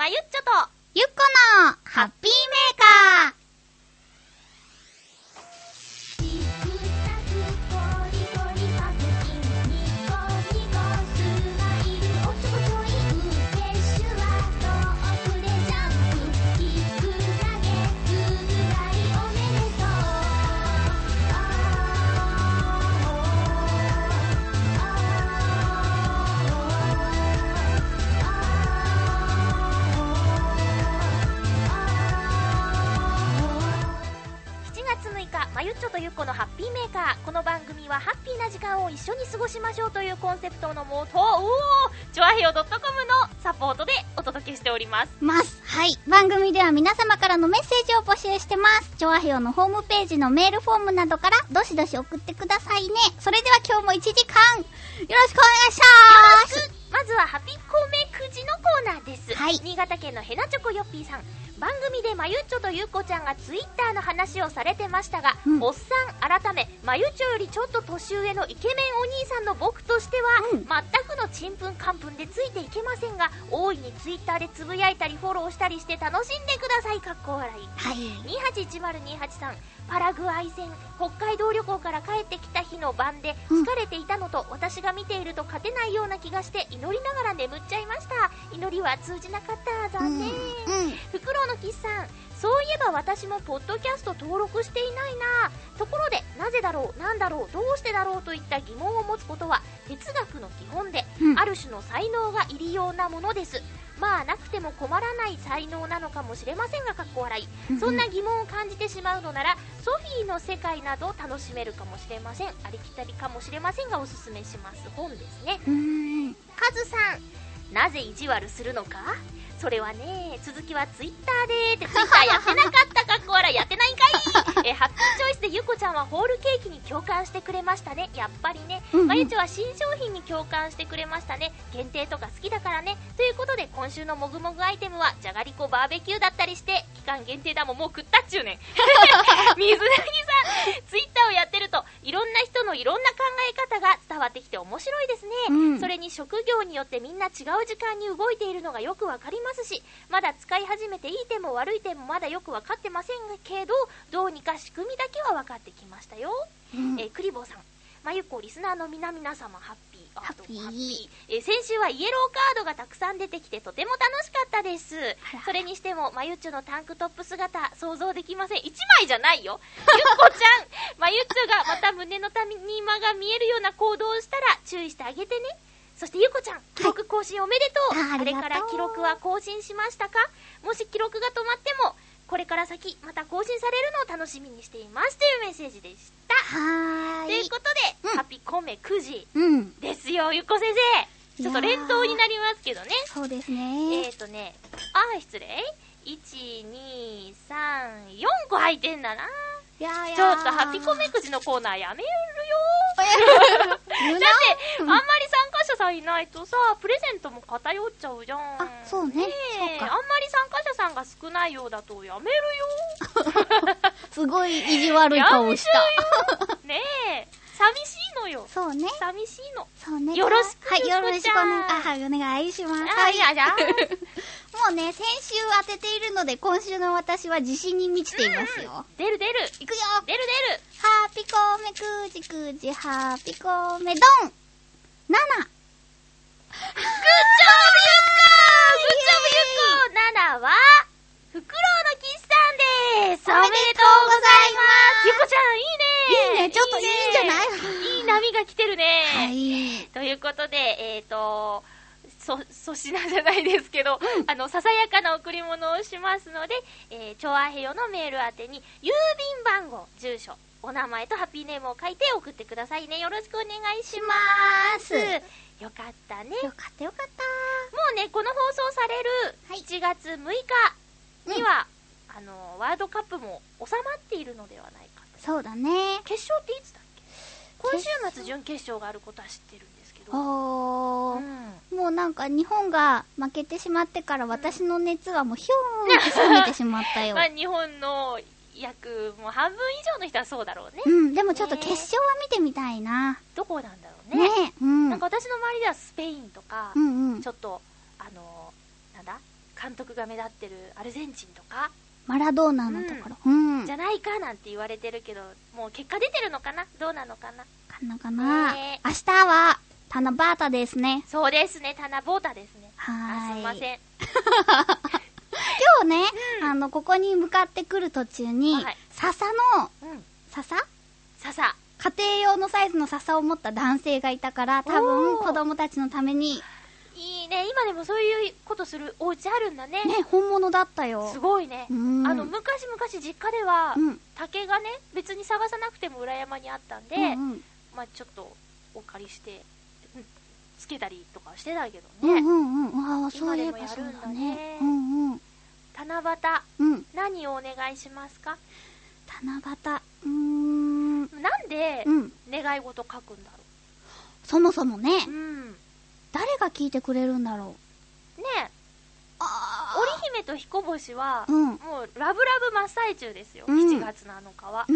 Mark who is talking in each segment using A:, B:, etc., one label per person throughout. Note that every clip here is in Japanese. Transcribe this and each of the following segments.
A: ゆっちょと
B: ゆっこのハッピーメーカー。
A: まゆっちょとゆっこのハッピーメーカー。この番組はハッピーな時間を一緒に過ごしましょうというコンセプトのもと、チョアヘヨ .com のサポートでお届けしております。
B: はい。番組では皆様からのメッセージを募集してます。チョアヘヨのホームページのメールフォームなどからどしどし送ってくださいね。それでは今日も1時間よろしくお願いします。
A: まずはハピコメくじのコーナーです。
B: はい。
A: 新潟県のヘナチョコヨッピーさん。番組でまゆっちょとゆっこちゃんがツイッターの話をされてましたが、おっさん改めまゆっちょよりちょっと年上のイケメンお兄さんの僕としては、全くのちんぷんかんぷんでついていけませんが、大いにツイッターでつぶやいたりフォローしたりして楽しんでください。かっこ笑い。
B: はい。
A: 281028さん、パラグアイ戦北海道旅行から帰ってきた日の晩で疲れていたのと、私が見ていると勝てないような気がして祈りながら眠っちゃいました。祈りは通じなかった。残念。フクロウのキスさん、そういえば私もポッドキャスト登録していないな。ところでなぜだろう、なんだろう、どうしてだろうといった疑問を持つことは哲学の基本で、ある種の才能が入りようなものです。まあなくても困らない才能なのかもしれませんが、かっこ笑い。そんな疑問を感じてしまうのならソフィーの世界など楽しめるかもしれません。ありきたりかもしれませんがおすすめします。本ですね。カズさん、なぜ意地悪するのか。それはね、続きはツイッターでツイッターやってなかったかっこ笑い。やってないんかい。ハッピーチョイスでゆこちゃんはホールケーキに共感してくれましたね。やっぱりね。まゆちょは新商品に共感してくれましたね。限定とか好きだからね。ということで今週のもぐもぐアイテムはじゃがりこバーベキューだったりして、期間限定だもん、もう食ったっちゅうねん。水なぎさん、ツイッターをやってるといろんな人のいろんな考え方が伝わってきて面白いですね。それに職業によってみんな違う時間に動いているのがよくわかりますし、まだ使い始めていい点も悪い点もまだよく分かってませんけど、どうにか仕組みだけは分かってきましたよ。クリボーさん、まゆっこリスナーの皆様ハッピー。ハッピー。先週はイエローカードがたくさん出てきてとても楽しかったです。それにしてもまゆっちょのタンクトップ姿想像できません。1枚じゃないよ。ゆっこちゃん、まゆっちょがまた胸の谷間が見えるような行動をしたら注意してあげてね。そしてゆこちゃん、記録更新おめでとう。これから記録は更新しましたか。もし記録が止まってもこれから先また更新されるのを楽しみにしていますというメッセージでした。ということで、ハピコメ9時ですよ。ゆっこ先生、ちょっと連投になりますけどね。
B: そうですね。
A: 失礼。1、2、3、4個入ってんだな。ちょっとハピコメくじのコーナーやめるよ。だってあんまり参加者さんいないとさ、プレゼントも偏っちゃうじゃん。
B: そうね。
A: あんまり参加者さんが少ないようだとやめるよ。
B: すごい意地悪い顔した。
A: ねえ、寂しいのよ。
B: そうね。
A: 寂しいの。
B: そうね。
A: よろしく。
B: はい、よろしくお願いします。
A: はい、じゃあ。
B: もうね、先週当てているので、今週の私は自信に満ちていますよ。
A: 出る。
B: いくよ。
A: 出る。
B: ハピコメくじ、ハピコメドン 7。グッジョブゆっこ !7 は、フクロウのキスさんです。おめでとうございます。ゆっこちゃん、いいね。 いいね、ちょっといいんじゃない？
A: いい波が来てるね。
B: はい。
A: ということで、粗品じゃないですけど、ささやかな贈り物をしますので、チョアヘヨのメール宛てに郵便番号、住所、お名前とハッピーネームを書いて送ってくださいね。よろしくお願いします。よかったね。
B: よかった。も
A: うね、この放送される7月6日には、ワールドカップも収まっているのではないかと。
B: そうだね。
A: 決勝っていつだっけ？今週末準決勝があることは知ってるんですけど。
B: もうなんか日本が負けてしまってから私の熱はもうひょーんって冷めてしまったよ。
A: まあ日本の約もう半分以上の人はそうだろうね。
B: でもちょっと決勝は見てみたいな。
A: どこなんだろうね。
B: なん
A: か私の周りではスペインとか、ちょっとなんだ、 監督が目立ってるアルゼンチンとか
B: マラドーナのところ。うん。
A: じゃないかなんて言われてるけど、もう結果出てるのかな、どうなのかな。
B: かな。明日は、タナバータですね。
A: そうですね、タナボータですね。
B: はーい。
A: すいません。
B: 今日ね、ここに向かってくる途中に、
A: はい、
B: 笹の、笹家庭用のサイズの笹を持った男性がいたから、多分子供たちのために。
A: いいね、今でもそういうことするお家あるんだね。
B: ね、本物だったよ。
A: すごいね。昔々実家では、竹がね、別に探さなくても裏山にあったんで、まあちょっとお借りして、つけたりとかしてたけどね。今でもやるんだね。七夕、何をお願いしますか？
B: 七夕、
A: なんで、願い事書くんだろう。
B: そもそもね、誰が聞いてくれるんだろう。
A: ねえ。織姫と彦星は、もうラブラブ真っ最中ですよ。7月7日は。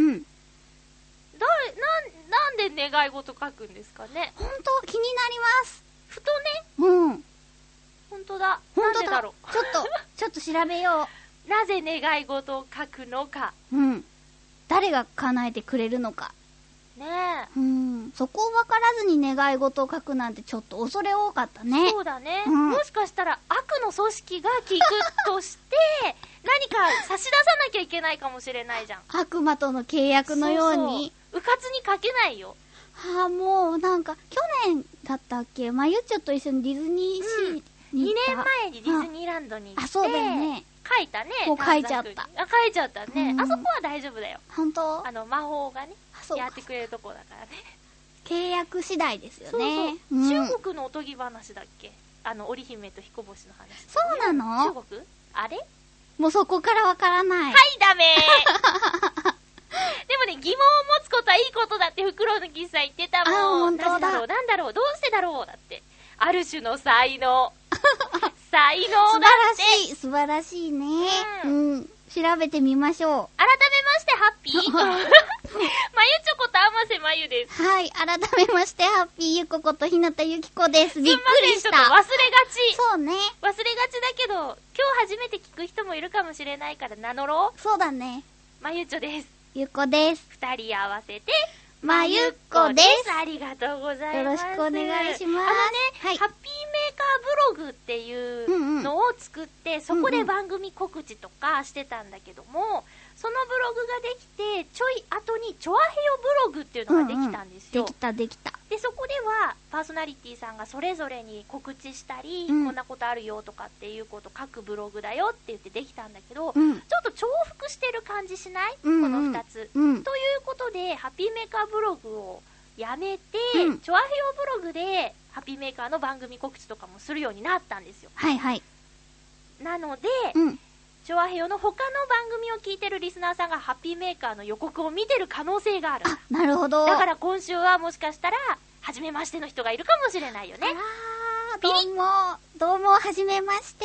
A: なんで願い事書くんですかね。
B: ほんと、気になります。
A: ふとね。ほんとだ。なんでだろう。
B: ちょっと調べよ
A: う。なぜ願い事を書くのか。
B: 誰が叶えてくれるのか。
A: ねえ。
B: そこを分からずに願い事を書くなんてちょっと恐れ多かったね。
A: そうだね。もしかしたら悪の組織が聞くとして、何か差し出さなきゃいけないかもしれないじゃん。
B: 悪魔との契約のように。
A: うかつに書けないよ。
B: もうなんか、去年だったっけ、まゆっちょと一緒にディズニーシーに行った。
A: 2年前にディズニーランドに行って。
B: そうだよね。
A: 書いたね。
B: もう書いちゃった。
A: 書いちゃったね。あそこは大丈夫だよ。
B: ほんと？
A: 魔法がね、やってくれるとこだからね。
B: 契約次第ですよね。
A: 中国のおとぎ話だっけ？織姫と彦星の話。
B: そうなの？
A: 中国？あれ？
B: もうそこからわからない。
A: はい、ダメでもね、疑問を持つことはいいことだって袋抜きさん言ってたもん。なんだろう、どうしてだろうだって。ある種の才能。才能だって。
B: 素晴らしいね。調べてみましょう。
A: 改めましてハッピーまゆちょこと甘瀬まゆです。
B: はい、改めましてハッピーゆこことひなたゆきこです。びっくりした。
A: ちょっと忘れがち。
B: そうね。
A: 忘れがちだけど、今日初めて聞く人もいるかもしれないから名乗ろう。
B: そうだね。
A: まゆちょです。
B: ゆこです。
A: 二人合わせて、
B: まゆっこです。
A: ありがとうございます。
B: よろしくお願いします。
A: ハッピーメーカーブログっていうのを作って、そこで番組告知とかしてたんだけども、そのブログができて、ちょい後にチョアヘヨブログっていうのができたんですよ。
B: できた。
A: で、そこでは、パーソナリティさんがそれぞれに告知したり、こんなことあるよとかっていうこと書くブログだよって言ってできたんだけど、ちょっと重複してる感じしない？この二つ。ということで、ハッピーメーカーブログをやめて、チョアヘヨブログで、ハッピーメーカーの番組告知とかもするようになったんですよ。
B: はいはい。
A: なので、チョアヘヨの他の番組を聞いてるリスナーさんがハッピーメーカーの予告を見てる可能性がある。
B: なるほど。
A: だから今週はもしかしたら、初めましての人がいるかもしれないよね。
B: どうも、はじめまして。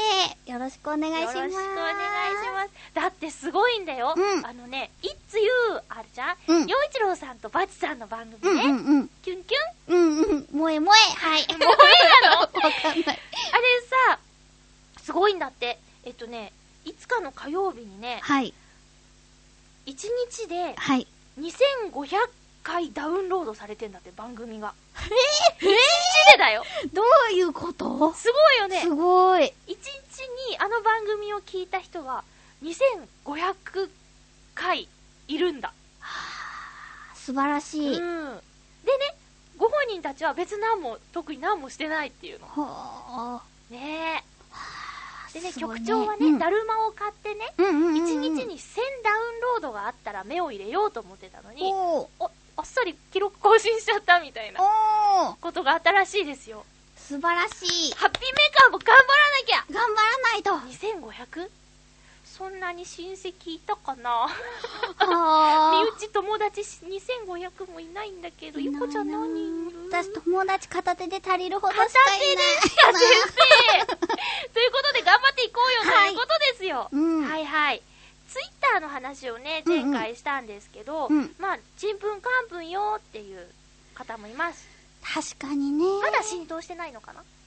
B: よろしくお願いします。
A: よろしくお願いします。だってすごいんだよ。いつゆあるじゃん。陽一郎さんとバチさんの番組ね。キュンキュン。
B: 萌え萌え。はい。
A: 萌えなの？わかんない。あれさ、すごいんだって。いつかの火曜日にね、1日で、2500回ダウンロードされてんだって、番組が。1日でだよ。
B: どういうこと？
A: すごいよね。
B: すごい。
A: 1日にあの番組を聞いた人が2500回いるんだ。
B: 素晴らしい。でね、
A: ご本人たちは特に何もしてないっていうの。ねえ。でね、局長はね、だるまを買ってね、1日に1000ダウンロードがあったら目を入れようと思ってたのに、あっさり記録更新しちゃったみたいなことがあったらしいですよ。
B: 素晴らしい。
A: ハッピーメーカーも頑張らなきゃ。
B: 頑張らないと。
A: 2500？ そんなに親戚いたかな。身内友達2500もいないんだけど、ゆこちゃん何人いる？
B: 私友達片手で足りるほどしかいない。
A: 片手ですか、先生。ということで頑張っていこうよ、ということですよ。はいはい。ツイッターの話をね、前回したんですけど、ちんぷんかんぷんよっていう方もいます。
B: 確かにね。
A: まだ浸透してないのかな？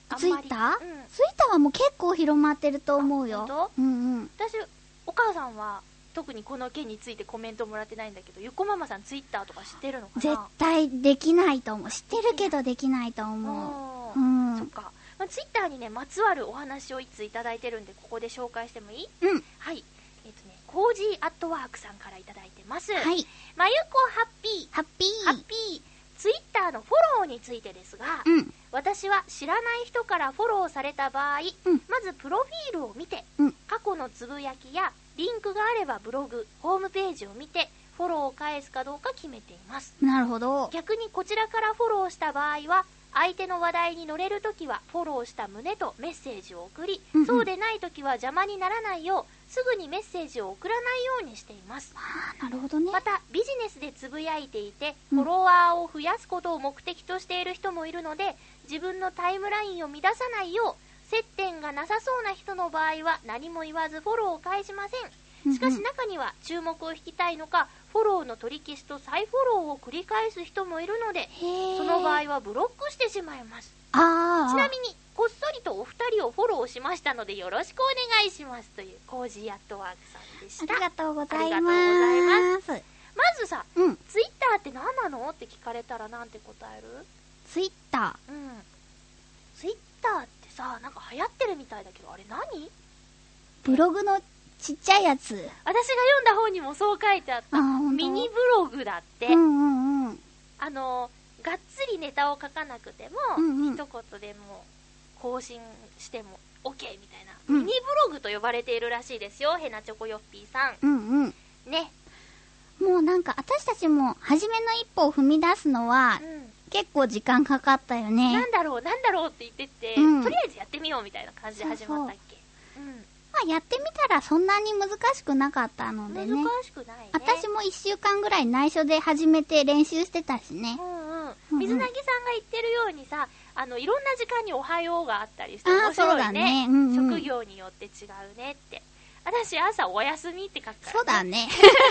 B: ツイッター、
A: うん、
B: ツイッターはもう結構広まってると思うよ。
A: 本当？
B: うんうん。
A: 私、お母さんは特にこの件についてコメントもらってないんだけど、ゆこママさんツイッターとか知ってるのかな？
B: 絶対できないと思う。知ってるけどできないと思う。うん。
A: そっか。ツイッターにね、まつわるお話をいついただいてるんで、ここで紹介してもいい？
B: うん。
A: はい。コージーアットワークさんからいただいてます。
B: はい。
A: まゆこハッピー。
B: ハッピー。
A: ハッピー。ツイッターのフォローについてですが、
B: うん。
A: 私は知らない人からフォローされた場合、
B: うん、
A: まずプロフィールを見て、
B: うん、
A: 過去のつぶやきやリンクがあればブログ、ホームページを見てフォローを返すかどうか決めています。
B: なるほど。
A: 逆にこちらからフォローした場合は、相手の話題に乗れるときはフォローした旨とメッセージを送り、
B: うんうん、
A: そうでないときは邪魔にならないようすぐにメッセージを送らないようにしています。
B: なるほどね。
A: またビジネスでつぶやいていて、フォロワーを増やすことを目的としている人もいるので、自分のタイムラインを乱さないよう接点がなさそうな人の場合は何も言わずフォローを返しません。しかし中には注目を引きたいのか、フォローの取り消しと再フォローを繰り返す人もいるので、その場合はブロックしてしまいます。ちなみにこっそりとお二人をフォローしましたのでよろしくお願いしますというコージーアットワークさんでした。
B: ありがとうございます。
A: ありがとうございます。まずさ、
B: うん、
A: ツイッターって何なのって聞かれたらなんて答える？
B: ツイッタ
A: ー。うん。ツイッターってさ、なんか流行ってるみたいだけど、あれ何？
B: ブログのちっちゃいやつ。
A: 私が読んだ本にもそう書いてあった。ミニブログだって。
B: うんうんうん。
A: がっつりネタを書かなくても、
B: うんうん、
A: 一言でも更新しても OK みたいな、
B: うん、
A: ミニブログと呼ばれているらしいですよ、ヘナチョコヨッピーさん。
B: うんうん。
A: ね。
B: もうなんか私たちも初めの一歩を踏み出すのは、結構時間かかったよね。
A: なんだろうって言ってって、とりあえずやってみようみたいな感じで始まったっけ。
B: まあやってみたらそんなに難しくなかったのでね。
A: 難しくないね。
B: 私も1週間ぐらい内緒で始めて練習してたしね。
A: 水なぎさんが言ってるようにさ、いろんな時間におはようがあったりして面白いね。
B: そうだね。
A: 職業によって違うねって。私朝お休みって書くから、ね。
B: そうだね。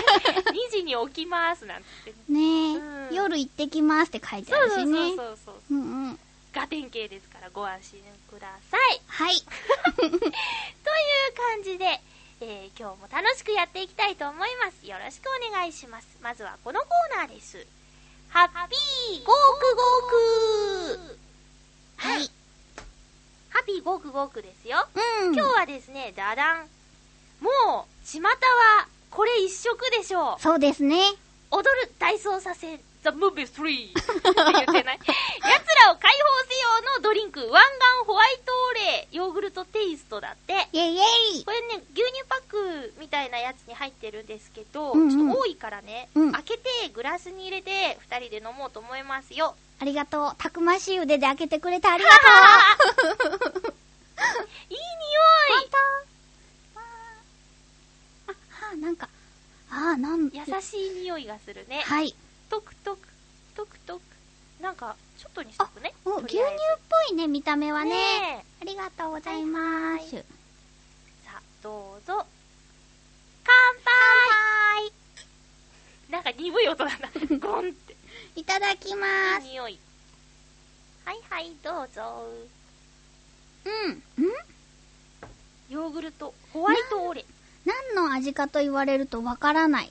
A: 2時に起きますなんて
B: ねえ、夜行ってきますって書いてあるしね。
A: そう。ガテン系ですからご安心ください。
B: はい。
A: という感じで、今日も楽しくやっていきたいと思います。よろしくお願いします。まずはこのコーナーです。ハッピーゴークゴーク。はい。ハッピーゴークゴークですよ。今日はですね、ダダン。もう、巷はこれ一色でしょう。
B: そうですね。
A: 踊る大捜査線、The Movie 3って言ってない？奴らを解放せよのドリンク、湾岸ホワイトオレ、ヨーグルトテイストだって。
B: イェイイェイ。
A: これね、牛乳パックみたいなやつに入ってるんですけど、ちょっと多いからね、開けてグラスに入れて2人で飲もうと思いますよ。
B: ありがとう。たくましい腕で開けてくれてありがとう。
A: いい匂い。
B: なんか、
A: 優しい匂いがするね。
B: はい。
A: トクトク、トクトク。なんか、ちょっとにしとくね。
B: 牛乳っぽいね、見た目はね。ありがとうございます。さ
A: あ、どうぞ。乾杯。なんか鈍い音だな。ゴンって。
B: いただきます。
A: いい匂い。はいはい、どうぞ。ヨーグルト、ホワイトオレ。
B: 何の味かと言われるとわからない。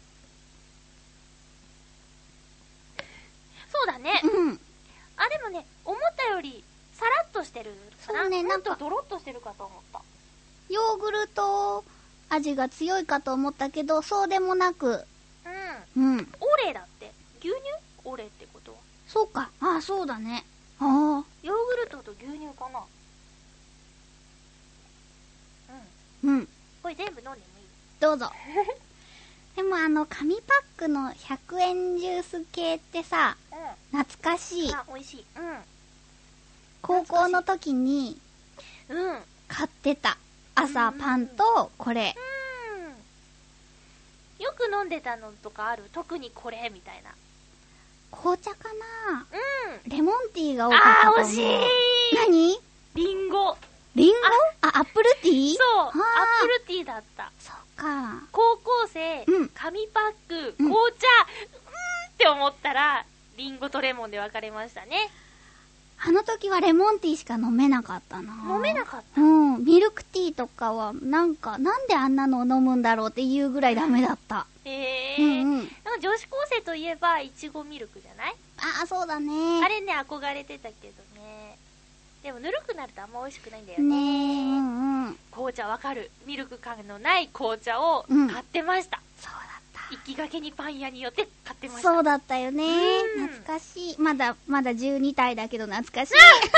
A: そうだね。あ、でもね、思ったよりさらっとしてるかな。
B: そうね、
A: なんかドロッとしてるかと思った。
B: ヨーグルト味が強いかと思ったけど、そうでもなく。
A: オレだって。牛乳？オレってことは。
B: そうか。あ、そうだね。
A: ヨーグルトと牛乳かな。これ全部飲んでもいい？
B: どうぞ。でも紙パックの100円ジュース系ってさ、懐かしい。
A: 美味しい。
B: 高校の時に買ってた。朝パンとこれ。
A: よく飲んでたのとかある？特にこれみたいな。
B: 紅茶かな。レモンティーが多かったと思う。
A: 惜しい。
B: 何？
A: リンゴ。
B: リンゴ？アップルティー？
A: そう、アップルティーだった。
B: そっか。
A: 高校生、紙パック、紅茶、って思ったら、リンゴとレモンで分かれましたね。
B: あの時はレモンティーしか飲めなかったな。
A: 飲めなかった。
B: ミルクティーとかはなんであんなのを飲むんだろうっていうぐらいダメだった。
A: なんか女子高生といえばいちごミルクじゃない？
B: ああ、そうだね。
A: あれね、憧れてたけどね。でもぬるくなるとあんま美味しくないんだよね。紅茶わかる。ミルク感のない紅茶を買ってました。
B: そうだった。
A: 行きがけにパン屋によって買ってました。
B: そうだったよね。懐かしい。まだ12体だけど懐かしい。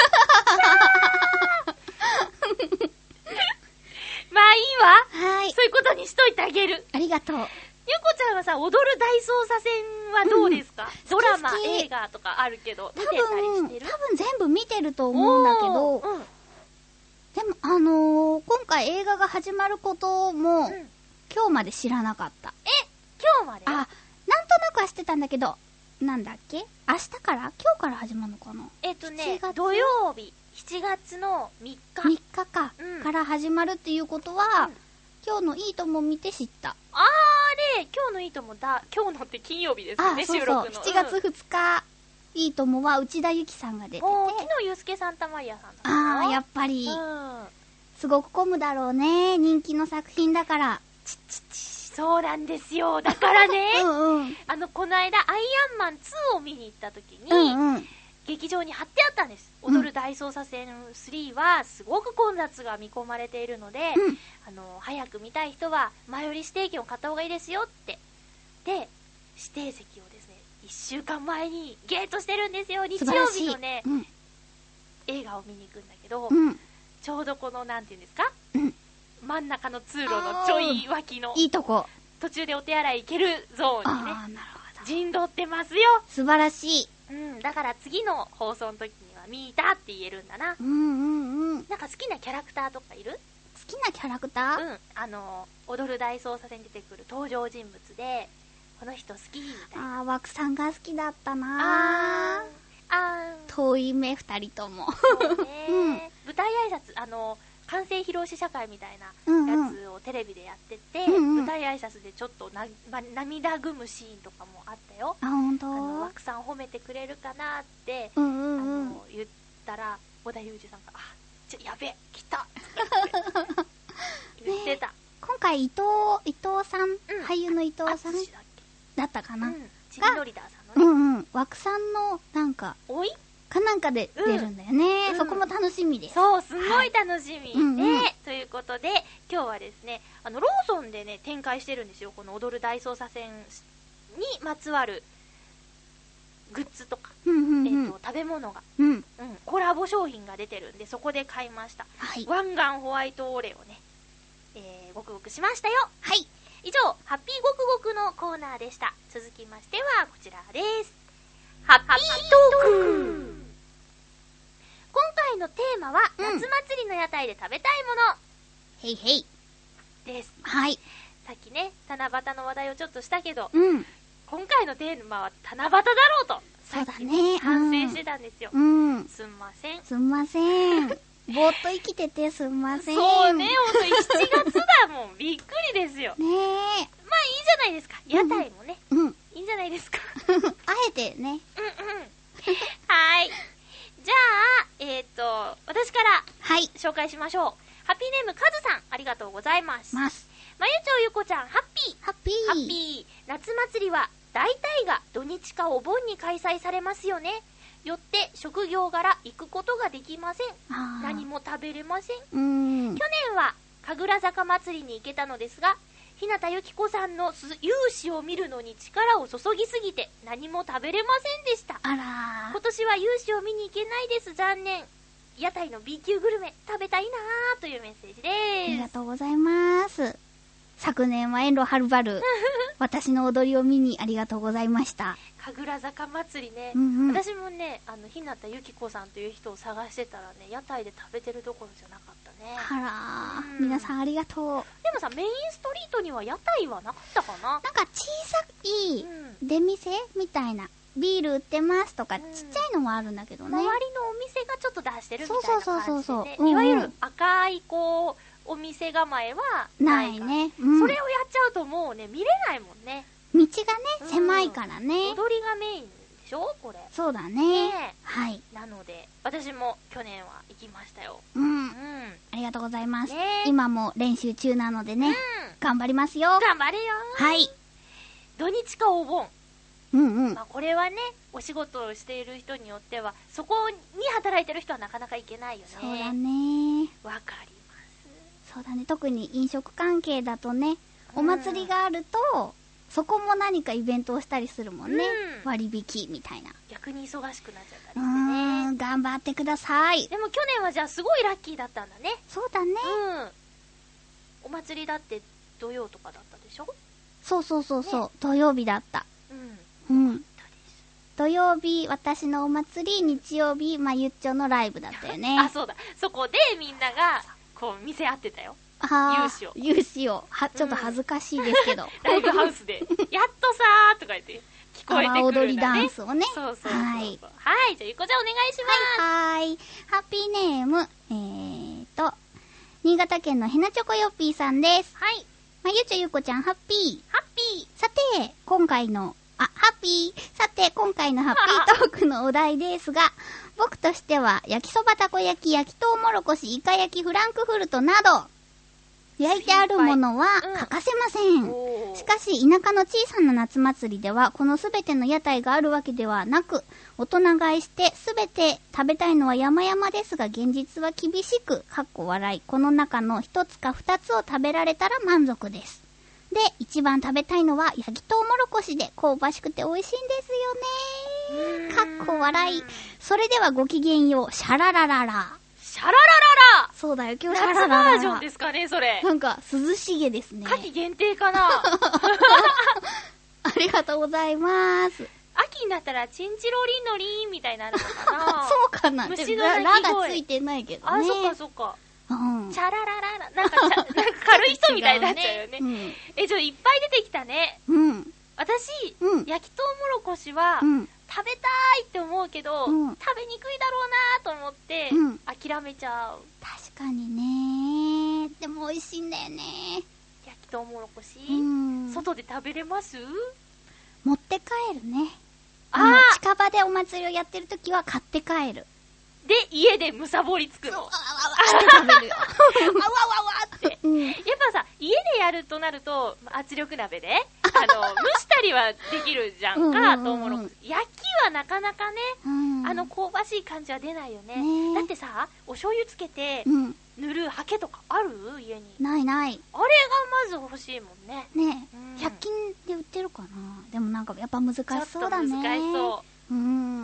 A: まあいいわ。
B: はい。
A: そういうことにしといてあげる。
B: ありがとう。
A: ゆうこちゃんはさ、踊る大捜査線はどうですか？ドラマ、映画とかあるけど、見てたりしてる？
B: 多分全部見てると思うんだけど、でも今回映画が始まることも、今日まで知らなかった。
A: 今日まで？
B: なんとなくは知ってたんだけど、なんだっけ？今日から始まるのかな？
A: 土曜日、7月の3日。
B: 3日か。から始まるっていうことは、今日のいいとも見て知った。
A: 今日のいいとも今日のって金曜日ですよね、収録の。
B: 7月2日、いいともは内田有紀さんが出てて。
A: 木野祐介サンタマリアさんだ。
B: やっぱり、すごく混むだろうね。人気の作品だから。
A: そうなんですよ。だからね、この間、アイアンマン2を見に行った時に、劇場に貼ってあったんです。踊る大捜査線3はすごく混雑が見込まれているので、早く見たい人は前売り指定券を買った方がいいですよって。で、指定席をですね、1週間前にゲットしてるんですよ。日曜日のね、映画を見に行くんだけど、ちょうどこの、なんていうんですか、真ん中の通路のちょい脇の
B: いいとこ、
A: 途中でお手洗い行けるゾーンにね、陣取ってますよ。
B: 素晴らしい。
A: だから次の放送の時には見たって言えるんだな。なんか好きなキャラクターとかいる？
B: 好きなキャラクター？
A: 踊る大捜査線に出てくる登場人物で、この人好きみたいな。
B: 枠さんが好きだったな。遠い目2人とも。
A: そうね。舞台挨拶、完成披露試写会みたいなやつをテレビでやってて、舞台挨拶でちょっと涙ぐむシーンとかもあったよ。
B: 本当？
A: 枠さん褒めてくれるかなって、言ったら、小田裕二さんが、やべえ、来たって言ってた。
B: 今回伊藤さん、俳優の伊藤さんだったかな。
A: チリノリダーさんのね。
B: 枠さんの、なんか、
A: おい
B: なんかで出るんだよね。そこも楽しみです。
A: そう、すごい楽しみ。ということで、今日はですね、ローソンでね、展開してるんですよ。この踊る大捜査線にまつわるグッズとか、食べ物が、コラボ商品が出てるんで、そこで買いました。ワンガンホワイトオレをね、ごくごくしましたよ。以上、ハッピーごくごくのコーナーでした。続きましてはこちらです。ハッピートーク。今回のテーマは、夏祭りの屋台で食べたいもの。
B: へいへい。
A: です。
B: さ
A: っきね、七夕の話題をちょっとしたけど、今回のテーマは七夕だろうと。
B: そうだね。
A: 反省してたんですよ。すんません。
B: すんません。ぼーっと生きててすんません。
A: そうね、ほんと7月だもん。びっくりですよ。
B: ねえ。
A: まあいいじゃないですか。屋台もね。いいんじゃないですか。
B: あえてね。
A: はい。じゃあ、私から紹介しましょう。ハッピーネームカズさん、ありがとうございます。まゆちょうゆこちゃん、ハッピー。ハッピー。夏祭りは大体が土日かお盆に開催されますよね。よって職業柄行くことができません。何も食べれません。去年は神楽坂祭りに行けたのですが、日向由紀子さんの勇姿を見るのに力を注ぎすぎて何も食べれませんでした。今年は勇姿を見に行けないです。残念。屋台の B 級グルメ食べたいなーというメッセージです。
B: ありがとうございます。昨年は遠路はるばる私の踊りを見にありがとうございました。
A: 神楽坂祭りね、私もね、日向由紀子さんという人を探してたらね、屋台で食べてるどころじゃなかったね。
B: 皆さんありがとう。
A: でもさ、メインストリートには屋台はなかったかな。
B: なんか小さい出店みたいな、ビール売ってますとか、ちっちゃいのもあるんだけどね。
A: 周りのお店がちょっと出してるみたいな感じでね。いわゆる赤いこうお店構えはないね。それをやっちゃうともうね、見れないもんね。
B: 道がね、狭いからね。
A: 踊りがメインでししょこれ。
B: そうだね。
A: ね
B: はい。
A: なので、私も去年は行きましたよ。
B: ありがとうございます。
A: ね
B: 今も練習中なのでね。頑張りますよ。
A: 頑張れよ。
B: はい。
A: 土日かお盆。
B: ま
A: あ、これはね、お仕事をしている人によっては、そこに働いてる人はなかなか行けないよね。
B: そうだね。
A: わかります。
B: そうだね。特に飲食関係だとね、お祭りがあると、そこも何かイベントをしたりするもんね。割引みたいな。
A: 逆に忙しくなっちゃったりしてね。
B: 頑張ってください。
A: でも去年はじゃあすごいラッキーだったんだね。
B: そうだね。
A: お祭りだって土曜とかだったでしょ？
B: そう、ね、土曜日だった。土曜日、私のお祭り、日曜日、ゆっちょのライブだったよね。
A: あ、そうだ。そこでみんなが、こう、見せ合ってたよ。
B: 勇姿を。ちょっと恥ずかしいですけど。
A: ライブハウスで、やっとさーとか言って、聞こえてくるんだね。
B: 踊りダンスをね。
A: そう。はい。じゃあ、ゆっこちゃんお願いします。
B: はい。ハッピーネーム、新潟県のヘナチョコヨッピーさんです。
A: はい。
B: ゆっちょゆっこちゃん、ハッピー。さて、今回のハッピートークのお題ですが、僕としては、焼きそばたこ焼き、焼きとうもろこし、イカ焼き、フランクフルトなど、焼いてあるものは欠かせません。しかし、田舎の小さな夏祭りでは、このすべての屋台があるわけではなく、大人買いしてすべて食べたいのは山々ですが、現実は厳しく、笑い、この中の一つか二つを食べられたら満足です。で、一番食べたいのは焼きとうもろこしで香ばしくて美味しいんですよね。笑い。それではごきげんよう。シャララララ。
A: シャララララ。
B: そうだよ、今日シャララララ。
A: 夏バージョンですかね、それ。
B: なんか涼しげですね。
A: 夏季限定かな。
B: ありがとうございます。
A: 秋になったらチンチロリンのリンみたいになるのかな。
B: そうかな。
A: 虫の鳴き声。
B: ラがついてないけどね。
A: あ、そっか。チャララララ。なんか軽い人みたいになっちゃうよね。じゃあいっぱい出てきたね。私、焼きとうもろこしは、食べたいって思うけど、食べにくいだろうなと思って、諦めちゃう。
B: 確かにね。でも美味しいんだよね。
A: 焼きとうもろこし、外で食べれます？
B: 持って帰るね。近場でお祭りをやってるときは買って帰る。
A: で、家でむさぼりつくの。
B: そう、して食べるよ。
A: って。やっぱさ、家でやるとなると、圧力鍋で、蒸したりはできるじゃんか、とうもろこし。焼きはなかなかね、香ばしい感じは出ないよね。だってさ、お醤油つけて、塗るハケとかある？家に。
B: ない。あれ
A: がまず欲しいもんね。
B: ねえ、100均で売ってるかな。でもなんかやっぱ難しそうだね。
A: 難しそう。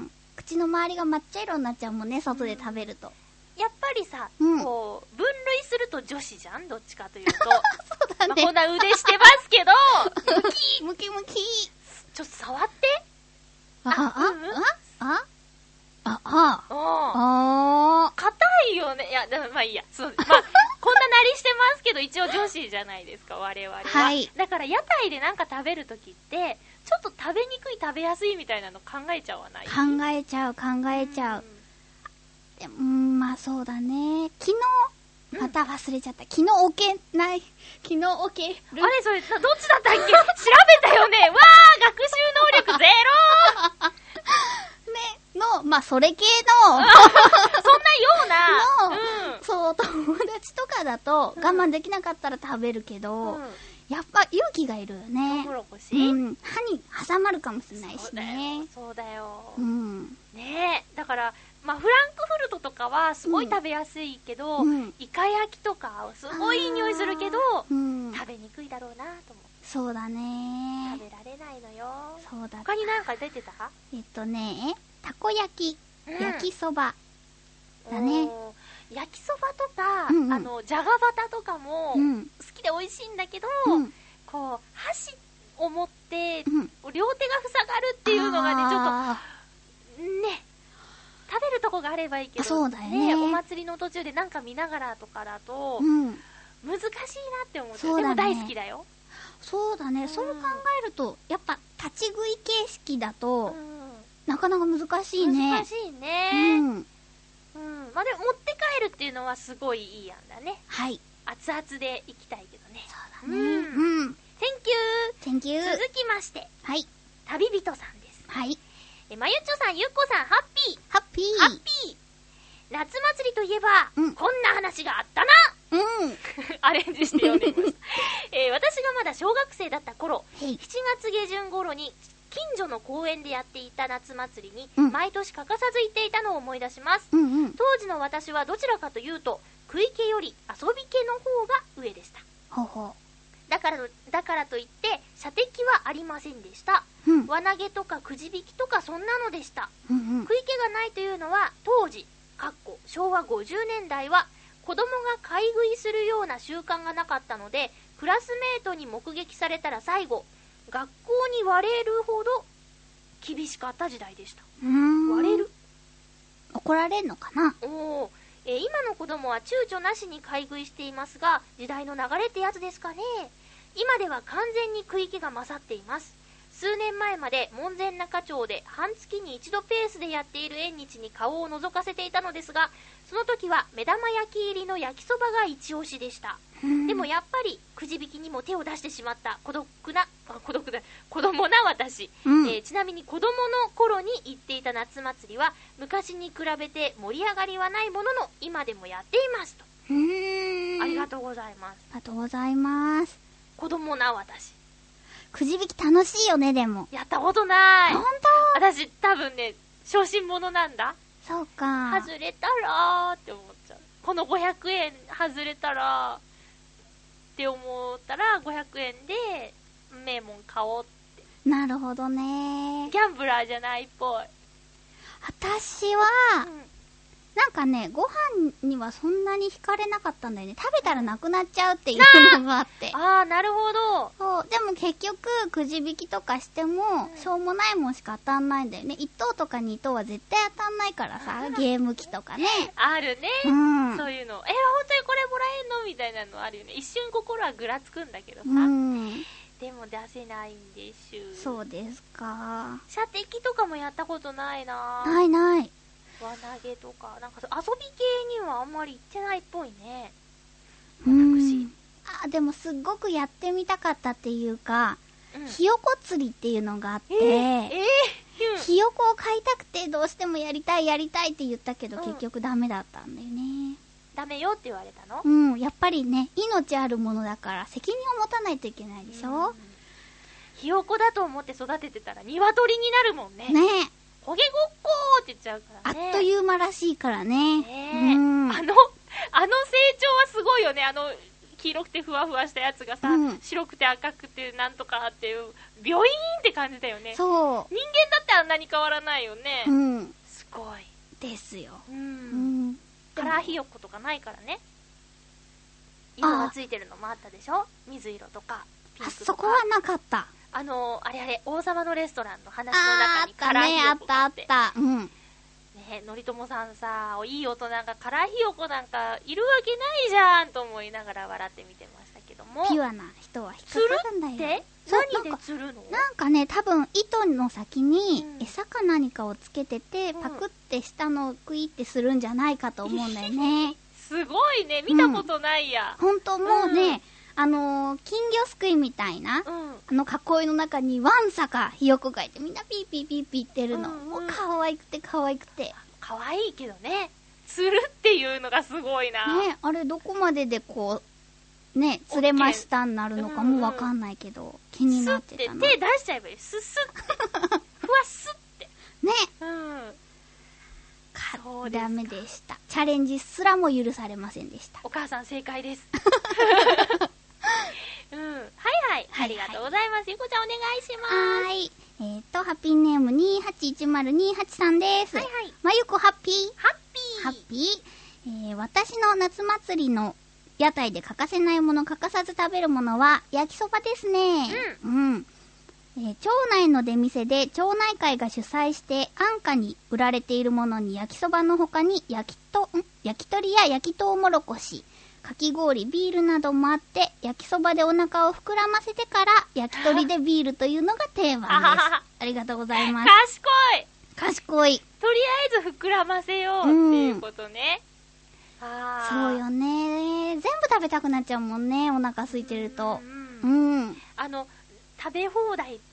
B: 口の周りが抹茶色になっちゃうもんね、外で食べると。
A: やっぱりさ、こう、分類すると女子じゃん？どっちかというと。
B: そうだね。
A: こんな腕してますけど、
B: ムキ。
A: ちょっと触って。硬いよね。いや、でもまあいいや。こんななりしてますけど、一応女子じゃないですか、我々は。はい。だから屋台でなんか食べるときって、ちょっと食べにくい食べやすいみたいなの考えちゃわない？
B: 考えちゃう。でも、そうだね。昨日、また忘れちゃった。昨日置ける。
A: あれ、それ、どっちだったっけ？調べたよね。わー、学習能力ゼロ
B: ね、それ系の、
A: そんなよ
B: うな、そう、友達とかだと、我慢できなかったら食べるけど、やっぱ勇気がいるよね。
A: とうもろこし？
B: 歯に挟まるかもしれないしね。
A: そうだよ。
B: ね
A: え。だから、フランクフルトとかはすごい食べやすいけど、イカ焼きとかすごいいい匂いするけど、食べにくいだろうなと思う。
B: そうだね。
A: 食べられないのよ。
B: そうだ。
A: 他になんか出てた？
B: たこ焼き、焼きそばだね。
A: 焼きそばとか、じゃがバタとかも好きで美味しいんだけど、こう、箸を持って、両手が塞がるっていうのがね、ちょっと、ね、食べるとこがあればいいけど、
B: そうだよね。
A: お祭りの途中でなんか見ながらとかだと、難しいなって思う。
B: そうだね。
A: でも大好きだよ。
B: そうだね。そう考えると、やっぱ立ち食い形式だと、なかなか難しいね。
A: 難しいね。でも持って帰るっていうのはすごいいい案だね。
B: はい。
A: 熱々で行きたいけどね。
B: そうだね。
A: Thank you。続きまして。
B: はい。
A: 旅人さんです。
B: はい。
A: まゆっちょさん、ゆっこさん、ハッピー。
B: ハッピー。
A: ハッピー。夏祭りといえば、
B: うん
A: こんな話があったな。
B: うん。
A: アレンジして読んでみます。私がまだ小学生だった頃、
B: へい。
A: 7月下旬頃に近所の公園でやっていた夏祭りに、
B: うん
A: 毎年欠かさず行っていたのを思い出します。
B: うんうん。
A: 当時の私はどちらかというと、食い気より遊び気の方が上でした。
B: ほうほ
A: だからといって射的はありませんでした。
B: う。うん。
A: 輪投げとかくじ引きとかそんなのでした。
B: うんうん。
A: 食い気がないというのは当時昭和50年代は子供が買い食いするような習慣がなかったので、クラスメートに目撃されたら最後学校に割れるほど厳しかった時代でした。割れる？
B: 怒られんのかな？
A: おー、今の子供は躊躇なしに買い食いしていますが、時代の流れってやつですかね。今では完全に食い気が勝っています。数年前まで門前仲町で半月に一度ペースでやっている縁日に顔を覗かせていたのですが、その時は目玉焼き入りの焼きそばが一押しでした。でもやっぱりくじ引きにも手を出してしまった子供な私、ちなみに子供の頃に行っていた夏祭りは昔に比べて盛り上がりはないものの今でもやっていますと。ありがとうございます。
B: ありがとうございます。
A: 子供な私、
B: くじ引き楽しいよね、でも。
A: やったことない。
B: ほんと？
A: 私多分ね、小心者なんだ。
B: そうか。
A: 外れたらーって思っちゃう。この500円外れたらって思ったら500円で名門買おうって。
B: なるほどね。
A: ギャンブラーじゃないっぽい。
B: 私は、なんかね、ご飯にはそんなに惹かれなかったんだよね。食べたらなくなっちゃうっていうのがあって。
A: あー、なるほど。
B: そう。でも結局、くじ引きとかしても、しょうもないもんしか当たんないんだよね。1等とか2等は絶対当たんないからさ、ゲーム機とかね。
A: あるね。
B: うん。
A: そういうの。本当にこれもらえんのみたいなのあるよね。一瞬心はぐらつくんだけどさ。
B: うん。
A: でも出せないんでしゅ。
B: そうですか。
A: 射的とかもやったことないな。
B: ないない。
A: 輪投げとか、なんか遊び系にはあんまり行ってないっぽいね。
B: 私。でもすっごくやってみたかったっていうか、ひよこ釣りっていうのがあって、ひよこを飼いたくてどうしてもやりたいって言ったけど、結局ダメだったんだよね。
A: ダメよって言われたの？
B: やっぱりね、命あるものだから責任を持たないといけないでしょ。
A: ひよこだと思って育ててたら鶏になるもんね。
B: ねえ。
A: 焦げごっこーって言っちゃうからね。
B: あっという間らしいからね。
A: あの成長はすごいよね。黄色くてふわふわしたやつがさ、白くて赤くてなんとかっていう、ビョイーンって感じだよね。
B: そう。人間
A: だってあんなに変わらないよね。すごい。
B: ですよ。
A: カラーひよことかないからね。色がついてるのもあったでしょ？水色とか、ピンクとか。
B: そこはなかった。
A: あれ、王様のレストランの話の中にカラーひよこがあって。
B: あった。
A: ね、のりともさんさ、いい大人がカラーひよこなんかいるわけないじゃんと思いながら笑って見てましたけども。
B: ピュアな人は引っかかるんだよ。
A: 釣るって何で釣るの？
B: なんかね、多分糸の先に餌か何かをつけてて、パクって下のクイってするんじゃないかと思うんだよね。
A: すごいね、見たことないや。
B: ほんともうね、金魚すくいみたいな、囲いの中にワンサかひよこがいて、みんなピーピーピーピー言ってるの。もう可愛くて可愛くて。
A: 可愛いけどね、釣るっていうのがすごいな。
B: ね、あれどこまででこう、ね、釣れましたになるのかもわかんないけど、気になってたな。
A: 手出しちゃえばいい。ススって。ふわすって。
B: ね。ダメでした。チャレンジすらも許されませんでした。
A: お母さん正解です。はい、ありがとうございます。ゆこちゃんお願いします。
B: ハッピーネーム281028さんです。まゆこハッピー。私の夏祭りの屋台で欠かせないもの、欠かさず食べるものは焼きそばですね。町内の出店で町内会が主催して安価に売られているものに焼きそばの他に焼き鳥や焼きとうもろこし、かき氷、ビールなどもあって、焼きそばでお腹を膨らませてから焼き鳥でビールというのが定番です。ありがとうございます。賢い。
A: とりあえず膨らませようっていうことね。
B: そうよね。全部食べたくなっちゃうもんね、お腹空いてると。
A: 食べ放題とか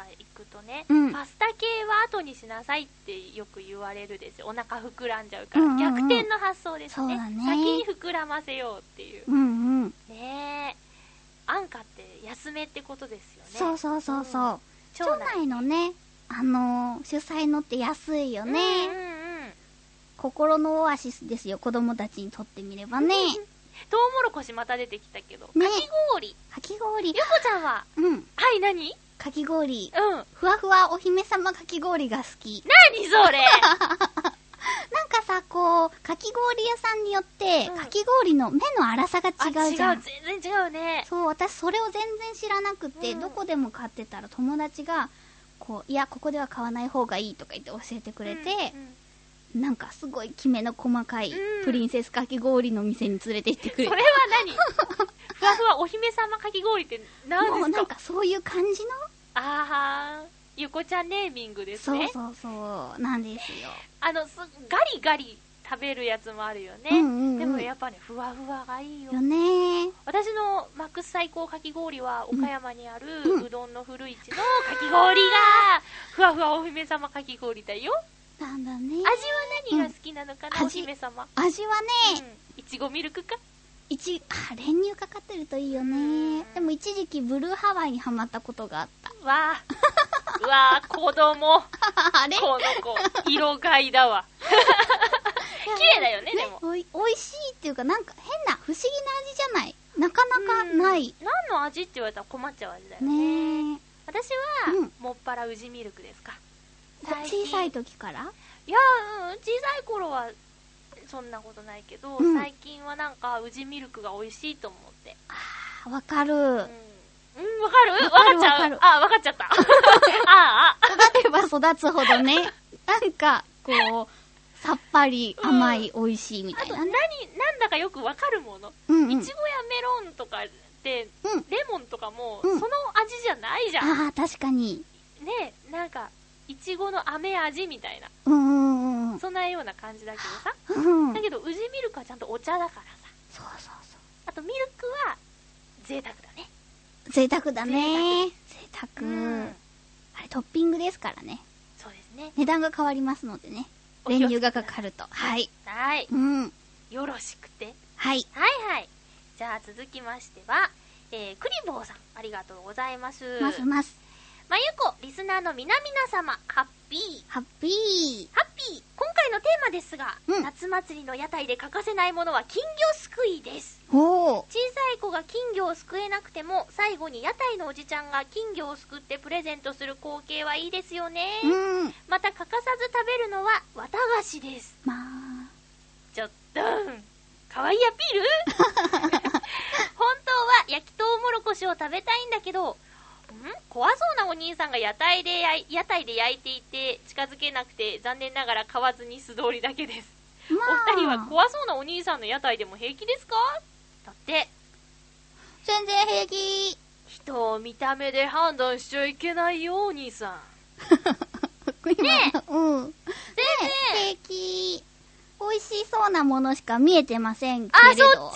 A: 行くとね、
B: うん
A: パスタ系は後にしなさいってよく言われるですよ。お腹膨らんじゃうから、
B: うんうんうん
A: 逆転の発想ですね。
B: そうだね
A: 先に膨らませようっていう。
B: うんうん。
A: ねえ。安価って安めってことですよね。
B: そうそうそうそう。
A: うん
B: 町内のね、主催のって安いよね。
A: うんうんうん。
B: 心のオアシスですよ、子供たちにとってみればね。
A: トウモロコシまた出てきたけど。
B: ね
A: かき氷。
B: かき氷。
A: ゆこちゃんは、
B: うん。
A: はい、何？
B: かき氷。
A: うん。
B: ふわふわお姫様かき氷が好き。
A: 何それ
B: なんかさ、こう、かき氷屋さんによって、
A: うん
B: かき氷の目の粗さが違うじゃん。
A: 違う、全然違うね。
B: そう、私それを全然知らなくて、
A: うん
B: どこでも買ってたら友達が、こう、いや、ここでは買わない方がいいとか言って教えてくれて、
A: うんうん
B: なんかすごいきめの細かい
A: うん
B: プリンセスかき氷の店に連れて行ってくれた。
A: それは何ふわふわお姫様かき氷って何ですか？
B: もうなんかそういう感じの
A: あー、ゆこちゃんネーミングです
B: そう
A: ね。
B: そうそうなんですよ。
A: ガリガリ食べるやつもあるよね。
B: うんうんうん
A: でもやっぱね、ふわふわがいいよ。
B: よねー。
A: 私のマックス最高かき氷は岡山にある
B: うん
A: うどんの古市のかき氷がふわふわお姫様かき氷だよ。
B: なんだね。
A: 味は何が好きなのかな、
B: うん
A: お姫様。
B: 味はね、
A: いちごミルクか。
B: 練乳かかってるといいよね。でも一時期ブルーハワイにハマったことがあった。
A: わー。うわー、子供。
B: あれ
A: この子、色買いだわ。綺麗だよね、でも。
B: おいしいっていうか、なんか変な不思議な味じゃない。なかなかない。
A: 何の味って言われたら困っちゃう味だよね。
B: ねえ。
A: 私は、もっぱら宇治ミルクですか。
B: 小さい時から
A: いや、小さい頃はそんなことないけど、最近はなんか宇治ミルクが美味しいと思って。
B: あー、わかる。
A: わかるわかっちゃう。あ、わかっちゃった。
B: 育てば育つほどね、なんか、こう、さっぱり、甘い、美味しいみたいなね。
A: なんだかよくわかるもの。いちごやメロンとかで、レモンとかも、その味じゃないじゃん。
B: ああ、確かに。
A: ね、なんか、いちごの飴味みたいな。そんなような感じだけどさ。だけど、宇治ミルクはちゃんとお茶だからさ。
B: そうそうそう。
A: あと、ミルクは、贅沢だね。
B: 贅沢だね。贅沢。あれ、トッピングですからね。
A: そうですね。
B: 値段が変わりますのでね。練乳がかかると。はい。
A: はい。よろしくて。
B: はい。
A: はいはい。じゃあ、続きましては、クリボーさん、ありがとうございます。
B: ます。
A: まゆこ、リスナーの皆々様、ハッピー。
B: ハッピー。
A: 今回のテーマですが、夏祭りの屋台で欠かせないものは金魚すくいです。小さい子が金魚をすくえなくても、最後に屋台のおじちゃんが金魚をすくってプレゼントする光景はいいですよね。また欠かさず食べるのは綿菓子です。ちょっと、かわいいアピール本当は焼きとうもろこしを食べたいんだけど、怖そうなお兄さんが屋台で焼いていて近づけなくて残念ながら買わずに素通りだけです。お二人は怖そうなお兄さんの屋台でも平気ですか？だって。
B: 全然平気。
A: 人を見た目で判断しちゃいけないよ、お兄さん。ねえ。全然。
B: 平気。美味しそうなものしか見えてませんけれど。
A: そっ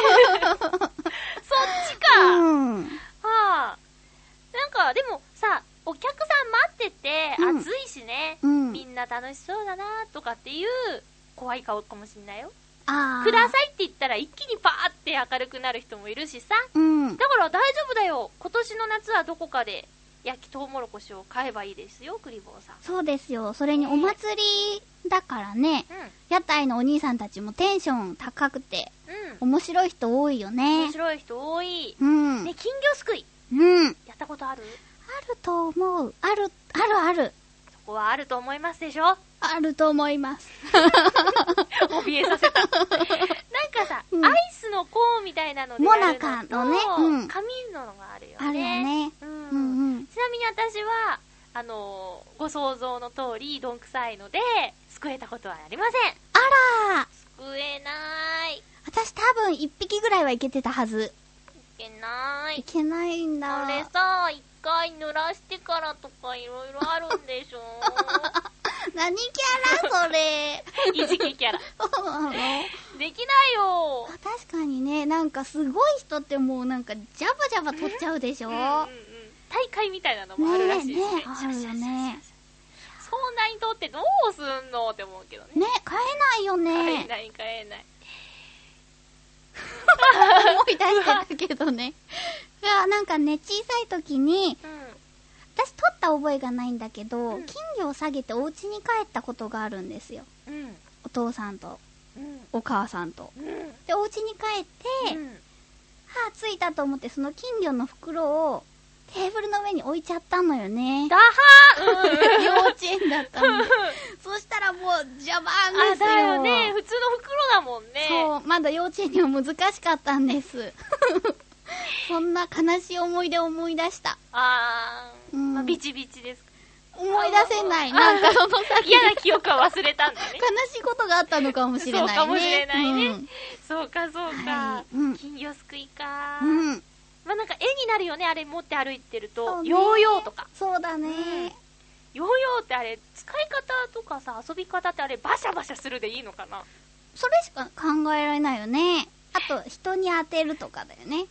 A: ちか。なんか、でもさ、お客さん待ってて、暑いしね、みんな楽しそうだなとかっていう怖い顔かもしんないよ。くださいって言ったら一気にパーって明るくなる人もいるしさ。だから大丈夫だよ。今年の夏はどこかで焼きとうもろこしを買えばいいですよ、クリボーさん。
B: そうですよ。それにお祭りだからね、屋台のお兄さんたちもテンション高くて、面白い人多いよね。
A: 面白い人多い。ね、金魚すくい。やったことある？
B: あると思う。ある。
A: そこはあると思いますでしょ？
B: あると思います。
A: 怯えさせた。なんかさ、アイスのコーンみたいなのでやるのと、
B: モナカのね、
A: 紙のがあるよね。
B: あるよね。
A: ちなみに私は、ご想像の通り、どんくさいので、すくえたことはありません。
B: あら！
A: すくえなーい。
B: 私多分1匹ぐらいはいけてたはず。
A: いけない。
B: いけないんだ。
A: あれさ、一回濡らしてからとかいろいろあるんでしょ
B: 何キャラそれ。
A: いじきキャラ。できないよ。
B: 確かにね、なんかすごい人ってもうなんかジャバジャバ取っちゃうでしょ。
A: た大会みたいなのもあるらしいですね。
B: あるよね。
A: そんなに取ってどうすんのって思うけどね。
B: ね、買えないよね。
A: 買えない。
B: 思い出してたけどね。いや、なんかね、小さい時に、私取った覚えがないんだけど、金魚を下げてお家に帰ったことがあるんですよ。お父さんと、お母さんと。で、お家に帰って、着いたと思ってその金魚の袋をテーブルの上に置いちゃったのよね。
A: だは
B: ー幼稚園だったので。そしたらもう邪魔ですよ。
A: だよね。普通の袋だもんね。
B: そう、まだ幼稚園には難しかったんです。そんな悲しい思い出を思い出した。
A: まあ、ビチビチですか。
B: 思い出せない。なんかその先
A: 嫌な記憶は忘れたんだね。
B: 悲しいことがあったのかもしれないね。
A: そうかもしれないね。そうか。金魚すくいか。まあなんか絵になるよね、あれ持って歩いてると。ヨーヨーとか。
B: そうだね。
A: ヨーヨーってあれ、使い方とかさ、遊び方ってあれ、バシャバシャするでいいのかな？
B: それしか考えられないよね。あと、人に当てるとかだよね。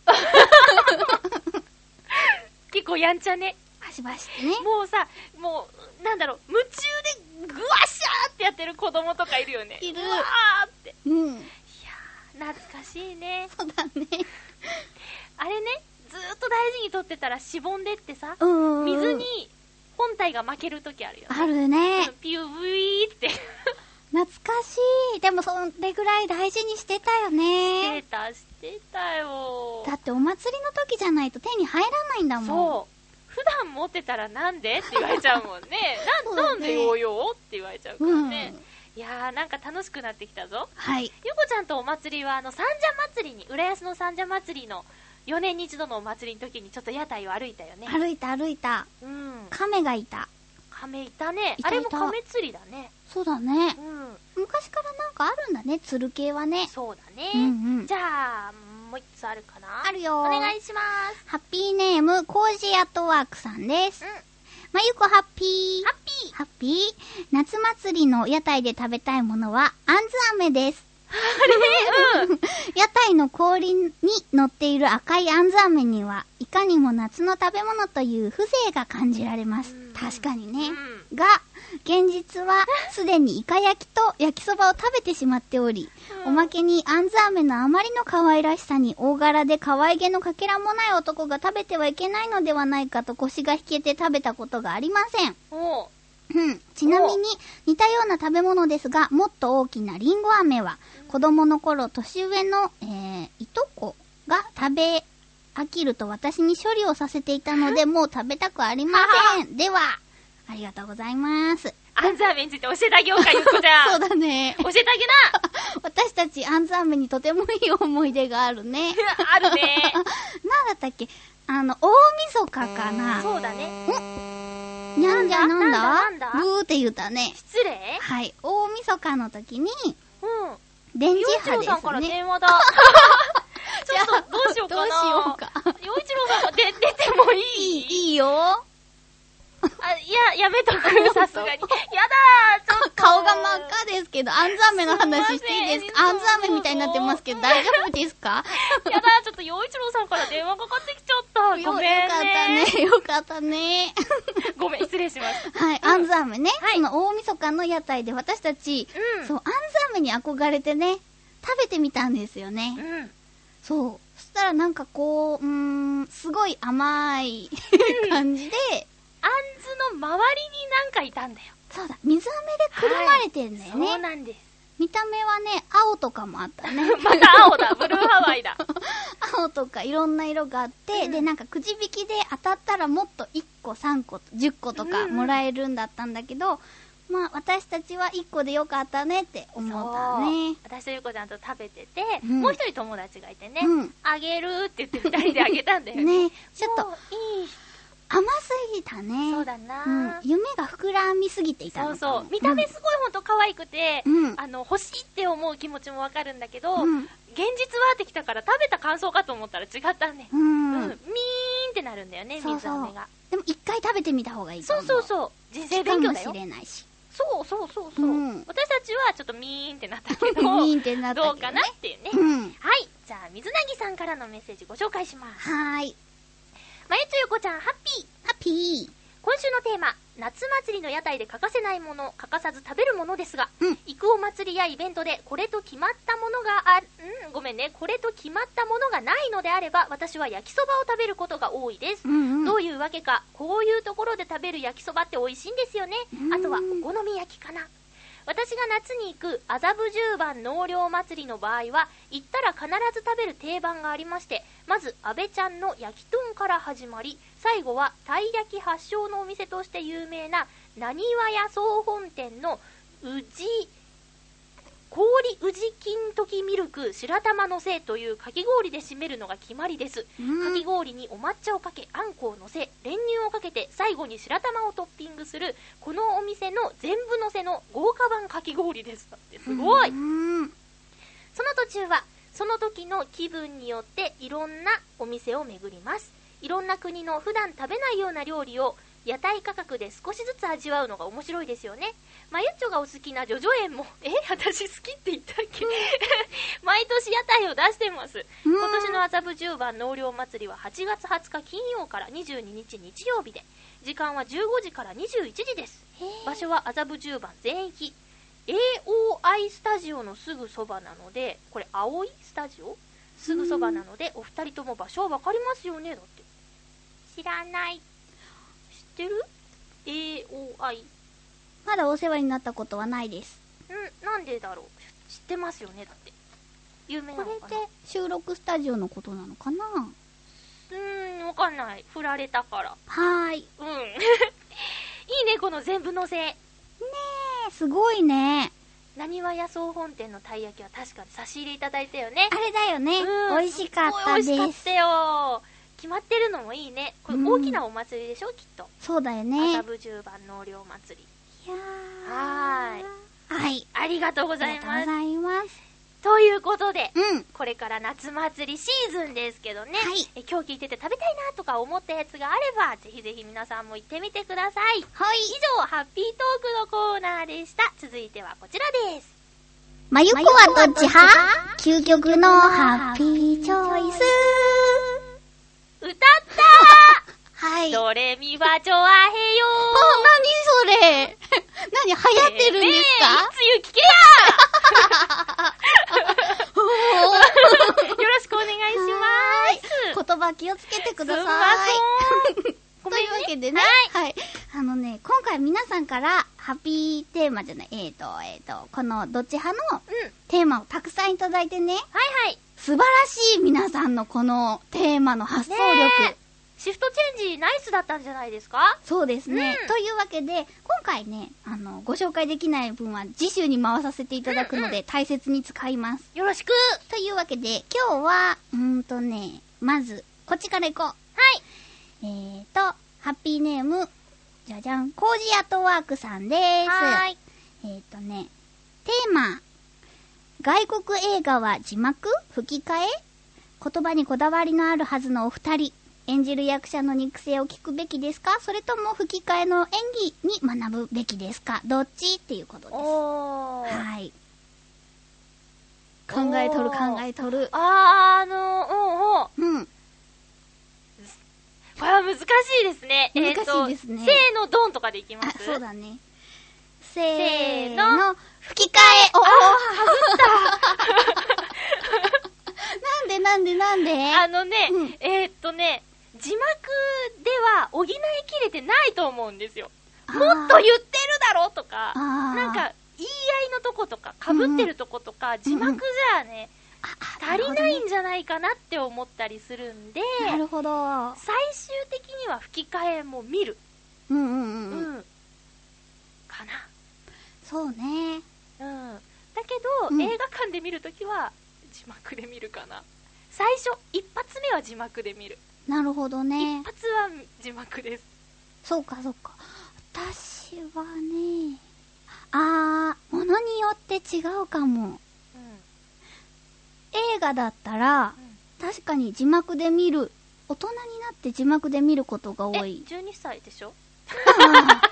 A: 結構やんちゃね。
B: バシバシってね。
A: もうさ、なんだろう、夢中でグワシャーってやってる子供とかいるよね。
B: いる。
A: うわーって。いやー、懐かしいね。
B: そうだね。
A: あれね、ずーっと大事に取ってたらしぼんでってさ、水に本体が負けるときあるよね。
B: あるね。
A: ピューブイーって。
B: 懐かしい。でもそれぐらい大事にしてたよね。
A: してたよ。
B: だってお祭りの時じゃないと手に入らないんだもん。
A: そう。普段持ってたらなんでって言われちゃうもんね。なんでヨーヨーって言われちゃうからね。いやー、なんか楽しくなってきたぞ。
B: はい。
A: ゆこちゃんとお祭りは三社祭りに、浦安の三社祭りの4年に一度のお祭りの時にちょっと屋台を歩いたよね。
B: 歩いた。亀がいた。
A: 亀いたね。あれも亀釣りだね。
B: そうだね。昔からなんかあるんだね、釣る系はね。
A: そうだね。じゃあ、もう一つあるかな？
B: あるよ。
A: お願いします。
B: ハッピーネーム、コージーアットワークさんです。まゆこハッピー。夏祭りの屋台で食べたいものは、あんず飴です。屋台の氷に乗っている赤いあんず飴には、いかにも夏の食べ物という風情が感じられます。確かにね。が、現実はすでにイカ焼きと焼きそばを食べてしまっており、おまけにあんず飴のあまりの可愛らしさに大柄で可愛げのかけらもない男が食べてはいけないのではないかと腰が引けて食べたことがありません。ちなみに似たような食べ物ですが、もっと大きなリンゴ飴は子供の頃年上の、いとこが食べ飽きると私に処理をさせていたので、もう食べたくありません。では、ありがとうございます。
A: あんず飴について教えてあげようか、ゆっこちゃん。
B: そうだね。
A: 教えてあげな。
B: 私たちあんず飴にとてもいい思い出があるね。
A: あるね。
B: なんだったっけ、大晦日かな。
A: そうだね。
B: にゃんじゃなんだブーって言ったね。
A: 失礼？
B: はい。大晦日の時に、電磁波ですね。洋一郎さんから電話だ。
A: ちょっとどうしようかな。洋一郎さんが出てもいい？
B: いいよ。
A: やめとく、さすがに。やだー、ちょっと。
B: 顔が真っ赤ですけど、あんず飴の話していいですか？あんず飴みたいになってますけど、大丈夫ですか？
A: やだー、ちょっと洋一郎さんから電話かかってきちゃった。ごめんね。
B: よかったね。
A: ごめん、失礼しました。
B: はい、あんず飴ね。その大晦日の屋台で私たち、そう、あんず飴に憧れてね、食べてみたんですよね。そう。そしたらなんかこう、すごい甘い感じで、
A: あんずの周りになんかいたんだよ。
B: そうだ、水飴でくるまれてんだよね。
A: そうなんです。
B: 見た目はね、青とかもあったね。
A: また青だ、ブルーハワイだ。
B: 青とかいろんな色があって、で、なんかくじ引きで当たったらもっと1個、3個、10個とかもらえるんだったんだけど、まあ私たちは1個でよかったねって思ったね。
A: 私とゆこちゃんと食べてて、もう一人友達がいてね、あげるって言って2人であげたんだよね。
B: ちょっと、いい。甘すぎたね。
A: そうだな、
B: 夢が膨らみすぎていたのかも。
A: そうそう。見た目すごいほんと可愛くて、欲しいって思う気持ちもわかるんだけど、現実はってきたから食べた感想かと思ったら違ったね。ミーンってなるんだよね、水飴が。
B: でも一回食べてみた方がいいと思う。
A: そう。人生勉強だよ。
B: かもしれないし。
A: そう。私たちはちょっとミーンってなったけど、
B: ミーンってなったけど、
A: どうかなっていうね。はい。じゃあ、水なぎさんからのメッセージご紹介します。
B: はーい。
A: まゆちょゆこちゃん、ハッピー。
B: ハッピー。
A: 今週のテーマ、夏祭りの屋台で欠かせないもの、欠かさず食べるものですが、行くお祭りやイベントでこれと決まったものがこれと決まったものがないのであれば、私は焼きそばを食べることが多いです。どういうわけか、こういうところで食べる焼きそばって美味しいんですよね。あとはお好み焼きかな。私が夏に行く麻布十番納涼祭りの場合は、行ったら必ず食べる定番がありまして、まず安倍ちゃんの焼き豚から始まり、最後はたい焼き発祥のお店として有名ななにわ屋総本店の氷宇治金時ミルク白玉のせというかき氷で締めるのが決まりです。かき氷にお抹茶をかけ、あんこをのせ、練乳をかけて、最後に白玉をトッピングするこのお店の全部のせの豪華版かき氷です。だってすごい。その途中はその時の気分によっていろんなお店を巡ります。いろんな国の普段食べないような料理を屋台価格で少しずつ味わうのが面白いですよね。まゆっちょがお好きなジョジョ園も、私好きって言ったっけ毎年屋台を出してます。今年の麻布十番納涼祭りは8月20日金曜から22日日曜日で、時間は15時から21時です。場所は麻布十番全域 AOI スタジオのすぐそばなので、これ青いスタジオすぐそばなので、お二人とも場所はわかりますよね。だって知らない。知ってる？ AOI。
B: まだお世話になったことはないです。
A: なんでだろう。知ってますよね。だって有名なのかな。
B: これって収録スタジオのことなのかな。
A: わかんない。振られたから。
B: はーい。
A: いいね、この全部のせ。ね
B: え、すごいね。
A: なにわ屋総本店のたい焼きは確かに差し入れいただいたよね。
B: あれだよね。美味しかったです。
A: 美味しかったよ。決まってるのもいいね。これ大きなお祭りでしょ、きっと。
B: そうだよね。
A: 麻布十番納涼祭り。
B: いや
A: ー。はい。ありがとうございます。
B: ありがとうございます。
A: ということで、これから夏祭りシーズンですけどね、今日聞いてて食べたいなとか思ったやつがあれば、ぜひぜひ皆さんも行ってみてください。はい。以上、ハッピートークのコーナーでした。続いてはこちらです。
B: まゆこはどっち派？究極のハッピーチョイス。
A: 歌った
B: はい。
A: ドレミファチョアヘヨ
B: ー。何それ何流行ってるんですか？
A: いつゆ聞けやよろしくお願いします。
B: 言葉気をつけてください。というわけでね、はい。今回皆さんからハッピーテーマじゃない、このどっち派のテーマをたくさんいただいてね、素晴らしい皆さんのこのテーマの発想力。
A: シフトチェンジナイスだったんじゃないですか？
B: そうですね。というわけで、今回ね、ご紹介できない分は次週に回させていただくので、大切に使います。
A: よろしく。
B: というわけで、今日は、まず、こっちから行こう。ハッピーネーム、じゃじゃん、コージーアットワークさんです。テーマ、外国映画は字幕？吹き替え？言葉にこだわりのあるはずのお二人。演じる役者の肉声を聞くべきですか？それとも吹き替えの演技に学ぶべきですか？どっちっていうことです。はい。考えとる。
A: これは難しいですね。
B: 難しいですね。
A: せーのドンとかでいきます？
B: そうだね。せーの、吹き替え。
A: はず
B: ったなんで
A: 字幕では補いきれてないと思うんですよ。もっと言ってるだろとか、なんか言い合いのとことか被ってるとことか、字幕じゃあね、足りないんじゃないかなって思ったりするんで、
B: なるほど。
A: 最終的には吹き替えも見る。かな。
B: そうね。
A: だけど、映画館で見るときは字幕で見るかな。最初、一発目は字幕で見る。
B: なるほどね。
A: 一発は字幕です。
B: そうか。私はね、ものによって違うかも。映画だったら、確かに字幕で見る。大人になって字幕で見ることが多い。
A: 12歳でしょ？ごめんなさ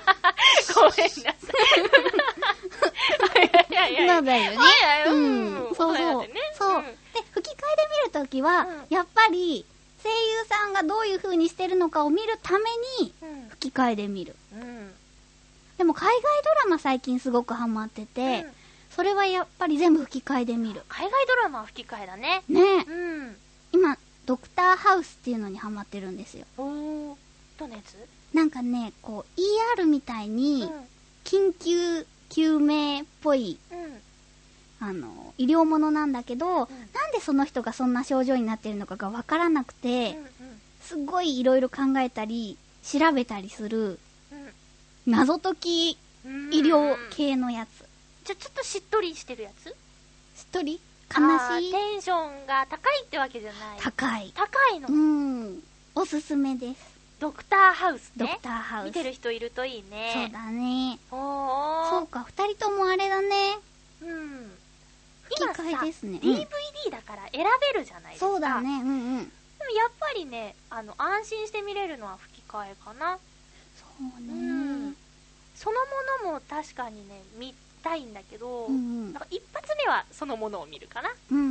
A: い。
B: なんだよね。そう。で、吹き替えで見るときは、やっぱり、 声優さんがどういう風にしてるのかを見るために吹き替えで見る。でも海外ドラマ最近すごくハマってて、それはやっぱり全部吹き替えで見る。
A: 海外ドラマは吹き替えだね。
B: ねえ。今、ドクターハウスっていうのにハマってるんですよ。
A: どんなやつ？
B: なんかね、こう、ER みたいに、緊急救命っぽい、医療ものなんだけど、なんでその人がそんな症状になってるのかがわからなくて、すっごいいろいろ考えたり、調べたりする、謎解き医療系のやつ。
A: じゃ、ちょっとしっとりしてるやつ？
B: しっとり？悲しい？
A: テンションが高いってわけじゃない。
B: 高い
A: の？
B: おすすめです。
A: ドクターハウスね。
B: ドクターハウス。
A: 見てる人いるといいね。
B: そうだね。
A: おー。
B: そうか、二人ともあれだね。吹き
A: 今
B: 替えですね。
A: DVD だから選べるじゃないですか。
B: そうだね。
A: でもやっぱりね、安心して見れるのは吹き替えかな。
B: そうね。
A: そのものも確かにね、見たいんだけど、なんか一発目はそのものを見るかな。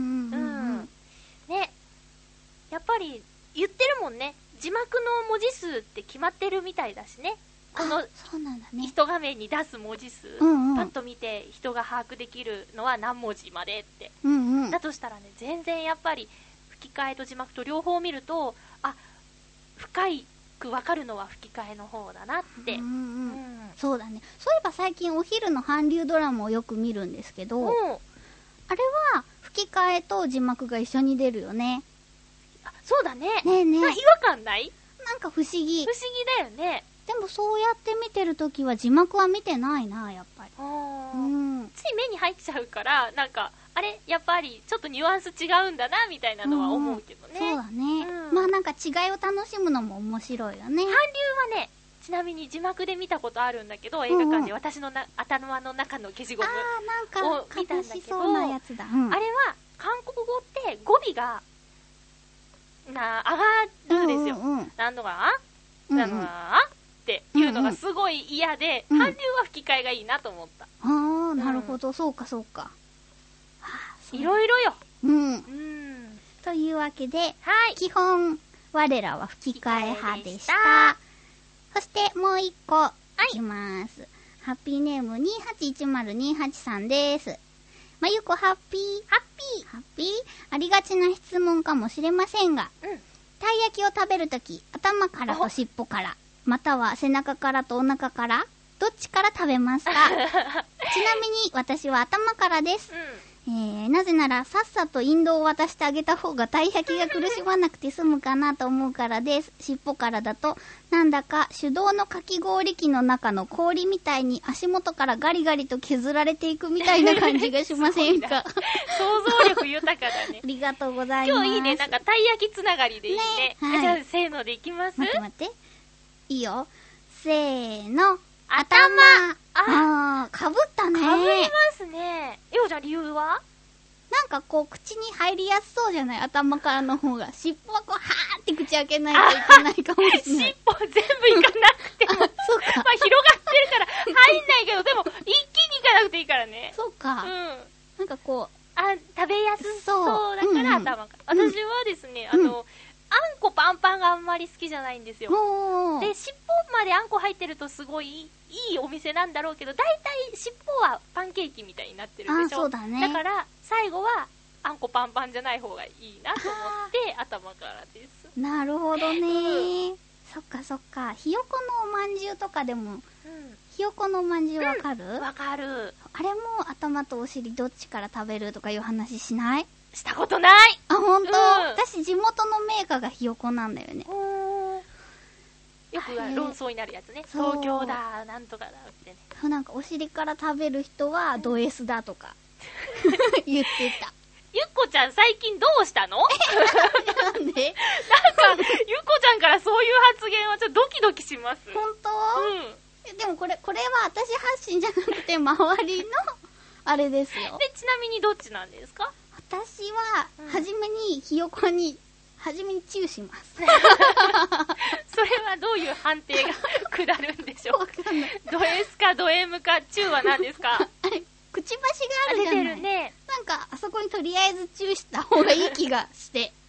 A: ね。やっぱり言ってるもんね。字幕の文字数って決まってるみたいだしね。この一画面に出す文字数、パッと見て人が把握できるのは何文字までって。だとしたらね、全然やっぱり吹き替えと字幕と両方見ると、深くわかるのは吹き替えの方だなって。
B: そうだね。そういえば最近お昼の韓流ドラマをよく見るんですけど、あれは吹き替えと字幕が一緒に出るよね。
A: そうだね。
B: ねえねえ。
A: 違和感ない？
B: なんか不思議。
A: 不思議だよね。
B: でもそうやって見てるときは字幕は見てないな、やっぱり。
A: つい目に入っちゃうから、なんか、あれやっぱりちょっとニュアンス違うんだな、みたいなのは思うけどね。
B: そうだね。まあなんか違いを楽しむのも面白いよね。韓流
A: はね、ちなみに字幕で見たことあるんだけど、映画館で私の頭の中の消しゴムを見たんだけど、あれは韓国語って語尾が上がるんですよ。なんとかっていうのがすごい嫌で、韓流は吹き替えがいいなと思った。
B: なるほど、そうかそうか。
A: いろいろよ。
B: というわけで、基本我らは吹き替え派でした。そしてもう一個いきます。ハッピーネーム281028さんです。まゆこハッピーありがちな質問かもしれませんが、たい焼きを食べるとき、頭からと尻尾から、または背中からとお腹から、どっちから食べますか？ちなみに私は頭からです。なぜならさっさと引導を渡してあげた方がたい焼きが苦しまなくて済むかなと思うからです。尻尾からだとなんだか手動のかき氷機の中の氷みたいに足元からガリガリと削られていくみたいな感じがしませんか？
A: 想像力豊かだね。
B: ありがとうございます。
A: 今日いいね。なんかたい焼きつながりでいいね。じゃあせーのでいきます？
B: 待っていいよ。せーの。頭。かぶったね。
A: かぶりますね。じゃあ理由は？
B: なんかこう口に入りやすそうじゃない？頭からの方が。尻尾はこうはーって口開けないといけないかもしれない。
A: 尻尾全部いかなくても。
B: そうか。
A: まあ広がってるから入んないけど、でも一気にいかなくていいからね。
B: そうか。なんかこう。
A: 食べやすそうだから頭から。私はですね、あんこパンパンがあんまり好きじゃないんですよ。で、尻尾まであんこ入ってるとすごいいいお店なんだろうけど、だいたい尻尾はパンケーキみたいになってるでしょ。
B: そうだね。
A: だから最後はあんこパンパンじゃない方がいいなと思って頭からです。
B: なるほどね。そっかそっか。ひよこのおまんじゅうとかでも、ひよこのおまんじゅうわかる？
A: わかる。
B: あれも頭とお尻どっちから食べるとかいう話しない？
A: したことない。
B: ほんと？私地元のメーカーがひよこなんだよね。
A: よく論争になるやつね。東京だ、なんとかだってね。
B: なんかお尻から食べる人はド S だとか言ってた。
A: ゆっこちゃん最近どうしたの？
B: なんで？
A: なんか、ゆっこちゃんからそういう発言はちょっとドキドキします。
B: ほんと？でもこれは私発信じゃなくて周りのあれですよ。
A: で、ちなみにどっちなんですか？
B: 私は、初めにひよこに、初めにチューします。
A: それはどういう判定が下るんでしょう？わかんない。ド S かド M か、チューは何ですか？
B: あれ、くちばしがあるじゃない？
A: 出てるね。
B: なんか、あそこにとりあえずチューした方がいい気がして。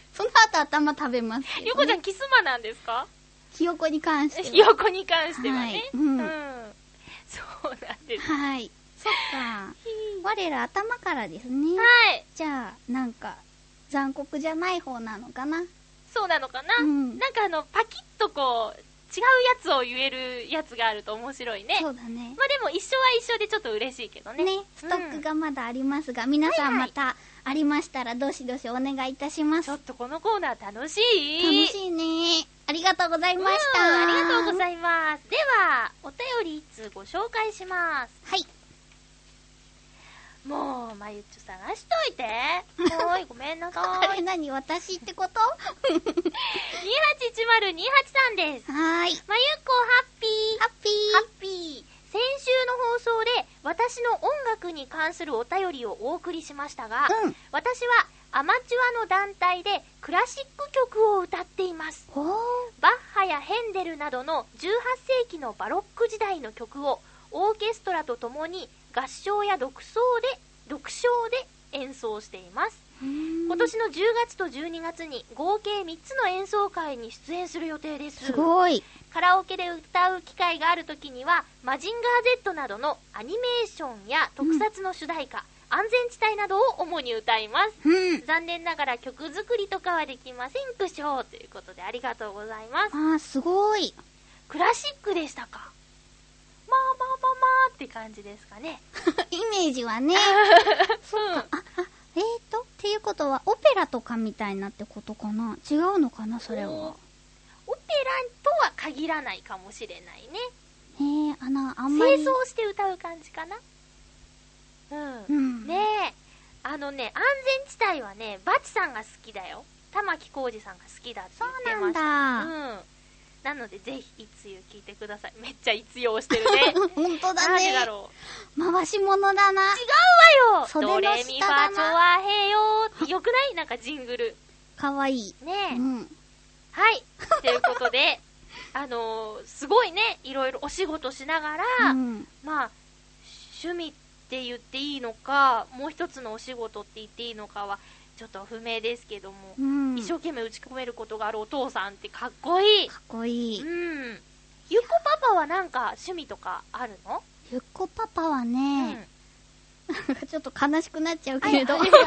B: その後頭食べますけどね。
A: ゆこちゃんキスマなんですか？
B: ひよこに関しては。
A: ひよこに関してはね。
B: はい、
A: そうなんです。
B: はい。そっか。我ら頭からですね。
A: はい。
B: じゃあ、なんか、残酷じゃない方なのかな。
A: そうなのかな、なんかパキッとこう、違うやつを言えるやつがあると面白いね。
B: そうだね。
A: まあでも一緒は一緒でちょっと嬉しいけどね。
B: ね、ストックがまだありますが、皆さんまたありましたらどしどしお願いいたします。
A: ちょっとこのコーナー楽しい。
B: 楽しいね。ありがとうございました。
A: ありがとうございます。では、お便り一通ご紹介します。
B: はい。
A: もう、まゆっちょ探しといて。もうごめんなさい。
B: あれ何、私ってこと？
A: 281028さんです。
B: はーい。
A: まゆっこハッピー。
B: ハッピー。
A: ハッピー。先週の放送で私の音楽に関するお便りをお送りしましたが、私はアマチュアの団体でクラシック曲を歌っています。バッハやヘンデルなどの18世紀のバロック時代の曲をオーケストラとともに合唱や独唱で演奏しています。今年の10月と12月に合計3つの演奏会に出演する予定です。
B: すごい。
A: カラオケで歌う機会があるときにはマジンガー Z などのアニメーションや特撮の主題歌、安全地帯などを主に歌います。残念ながら曲作りとかはできませんくしょうということでありがとうございます。
B: あー、すごい。
A: クラシックでしたか。まあって感じですかね。
B: イメージはね。そうか。っていうことはオペラとかみたいなってことかな。違うのかな、それは。
A: オペラとは限らないかもしれないね。
B: あんまり。
A: 清掃して歌う感じかな。ねえ。安全地帯はね、バチさんが好きだよ。玉置浩二さんが好きだって言ってました。
B: そうなんだ。
A: なのでぜひいつゆ聞いてください。めっちゃいつよしてるね。
B: 本当だね。
A: 何だろ
B: う。回し物だな。
A: 違うわよ。ドレミファチョワヘヨってよくない？なんかジングル。か
B: わいい。
A: ねえ。はい。ということで、すごいね、いろいろお仕事しながら、まあ、趣味って言っていいのか、もう一つのお仕事って言っていいのかは、ちょっと不明ですけども、一生懸命打ち込めることがあるお父さんってかっこいい。
B: かっこいい。
A: ゆっこパパはなんか趣味とかあるの？
B: ゆっこパパはね、ちょっと悲しくなっちゃうけれど、ミミ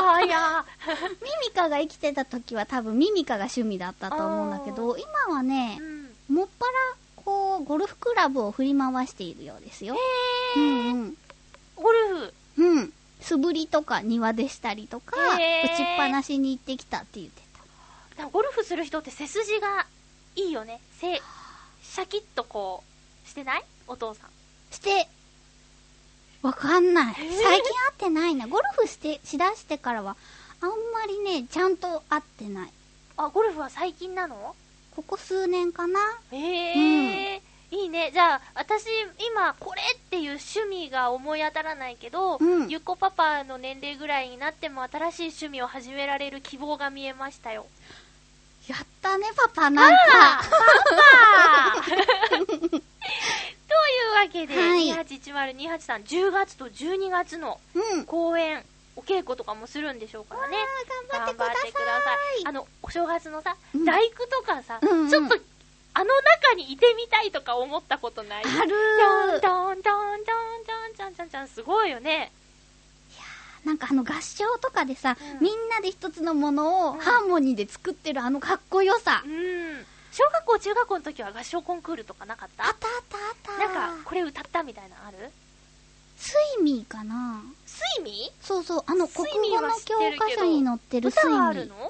B: カが生きてた時は多分ミミカが趣味だったと思うんだけど、今はね、もっぱらこうゴルフクラブを振り回しているようですよ。
A: ゴル
B: フ？素振りとか庭でしたりとか、打ちっぱなしに行ってきたって言って
A: た。ゴルフする人って背筋がいいよね。シャキッとこうしてない？お父さん
B: してわかんない。最近会ってないな。ゴルフしだしてからはあんまりねちゃんと会ってない。
A: あ、ゴルフは最近なの？
B: ここ数年かな。
A: いいね。じゃあ私今これっていう趣味が思い当たらないけど、ゆっこパパの年齢ぐらいになっても新しい趣味を始められる希望が見えましたよ。
B: やったねパパ。なんか
A: パパというわけで、281028さん10月と12月の公演、お稽古とかもするんでしょうからね。
B: 頑張ってください。
A: お正月のさ、大工とかさ、ちょっと中にいてみたいとか思ったことない？
B: ある
A: ー。ドンちゃんすごいよね。いや
B: ー、なんか合唱とかでさ、みんなで一つのものをハーモニーで作ってるかっこよさ。
A: 小学校中学校の時は合唱コンクールとかなかった？
B: あった
A: なんかこれ歌ったみたいなのある？
B: スイミーかな。
A: スイミー？
B: そうそう、国語の教科書に載ってるスイミー。
A: 歌があるの？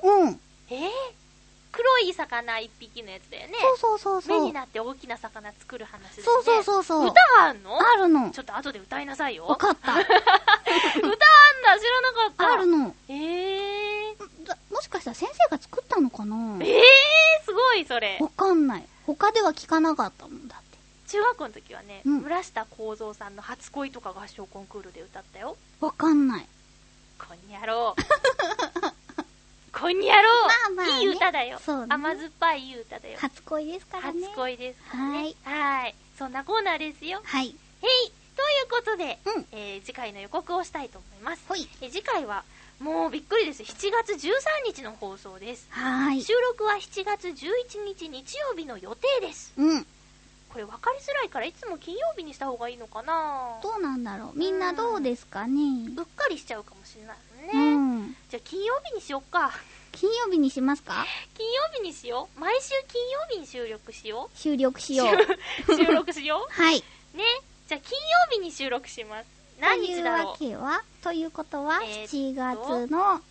A: 黒い魚一匹のやつだよね。
B: そう。
A: 目になって大きな魚作る話だよね。
B: そう。
A: 歌があるの？
B: あるの。
A: ちょっと後で歌いなさいよ。
B: わかった。
A: 歌あんだ、知らなかった。
B: あるの。
A: も
B: しかしたら先生が作ったのかな？
A: すごいそれ。
B: わかんない。他では聞かなかったもんだって。
A: 中学校の時はね、村下幸三さんの初恋とか合唱コンクールで歌ったよ。
B: わかんない。
A: こんにゃろう。こんにゃろう。まあいい歌だよ。甘酸っぱいいい歌だよ。
B: 初恋ですからね。
A: 初恋ですからね。はい。そんなコーナーですよ。
B: はい。
A: ということで、次回の予告をしたいと思います。次回はもうびっくりです。7月13日の放送です。
B: はーい。
A: 収録は7月11日日曜日の予定です。
B: うん。
A: これ分かりづらいからいつも金曜日にした方がいいのかな。
B: どうなんだろう。みんなどうですかね。
A: うっかりしちゃうかもしれないね。
B: うん。
A: じゃあ金曜日にしよっか。
B: 金曜日にしますか？
A: 金曜日にしよう。毎週金曜日に収録しよう。
B: 収録しよう。
A: 収録しよう。
B: はい。
A: ね。じゃあ金曜日に収録します。何日だろう。
B: というわけは、ということは、7月の、
A: うん。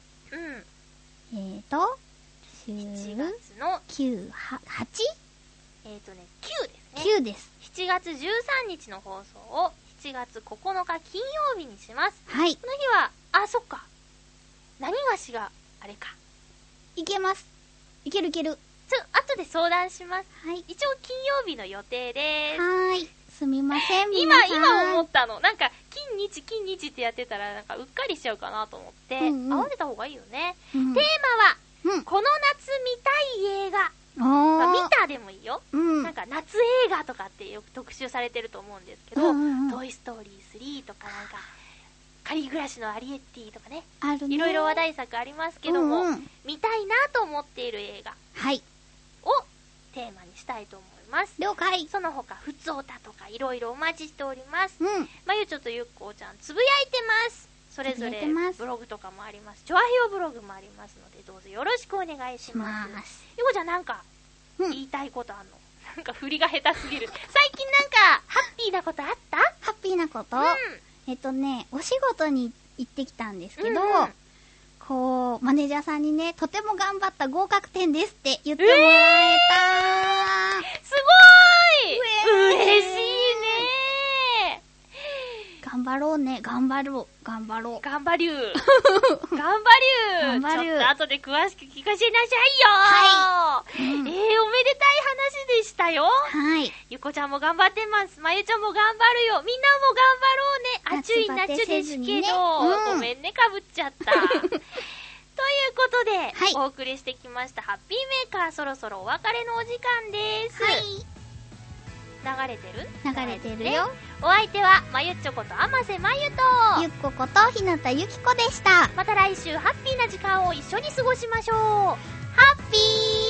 B: 7
A: 7月の、
B: 9、8?
A: 9ですね。
B: 9です。
A: 7月13日の放送を7月9日金曜日にします。
B: はい。
A: この日は、あ、そっか。何がしが、あれか。
B: いけます。いけるいける。
A: 後で相談します。
B: はい。
A: 一応金曜日の予定でーす。
B: はーい。すみません、
A: 今
B: 皆さん。
A: 思ったの。なんか、金日ってやってたら、なんか、うっかりしちゃうかなと思って、
B: うんうん
A: 合わせた方がいいよね。
B: うん
A: テーマは、
B: うん。
A: この夏見たい映画。
B: おー。
A: 見たでもいいよ。
B: うん。
A: なんか、夏映画とかってよく特集されてると思うんですけど、トイストーリー3とかなんか、仮暮らしのアリエッティとかね。
B: あるね。
A: いろいろ話題作ありますけども、
B: うんうん、
A: 見たいなと思っている映画
B: はい
A: をテーマにしたいと思います。
B: 了解。
A: その他、ふつおたとかいろいろお待ちしております。
B: うん。
A: まゆちょとゆっこちゃんつぶやいてます。それぞれブログとかもあります。チョアヘオブログもありますので、どうぞよろしくお願いします。ゆこちゃんなんか、言いたいことあんの？なんか振りが下手すぎる。最近なんか、ハッピーなことあった？
B: ハッピーなこと、お仕事に行ってきたんですけど、こう、マネージャーさんにね、とても頑張った合格点ですって言ってもらえた
A: すごーい嬉しいね
B: 頑張ろうね、頑張ろう。
A: 頑張りゅー頑張りゅー
B: 頑張りゅー
A: ちょっと後で詳しく聞かせなさいよー、
B: はい、
A: おめでたい話でしたよ。
B: はい。
A: ゆこちゃんも頑張ってます。まゆちゃんも頑張るよ。みんなも頑張ろうね。あちゅいなちゅですけど、ごめんね、かぶっちゃった。ということで、はい、お送りしてきましたハッピーメーカー、そろそろお別れのお時間です。
B: はい。
A: 流れてる？
B: 流れてるよ。
A: お相手はまゆちょこと甘瀬まゆと
B: ゆっこことひなたゆきこでした。
A: また来週ハッピーな時間を一緒に過ごしましょう。
B: ハッピー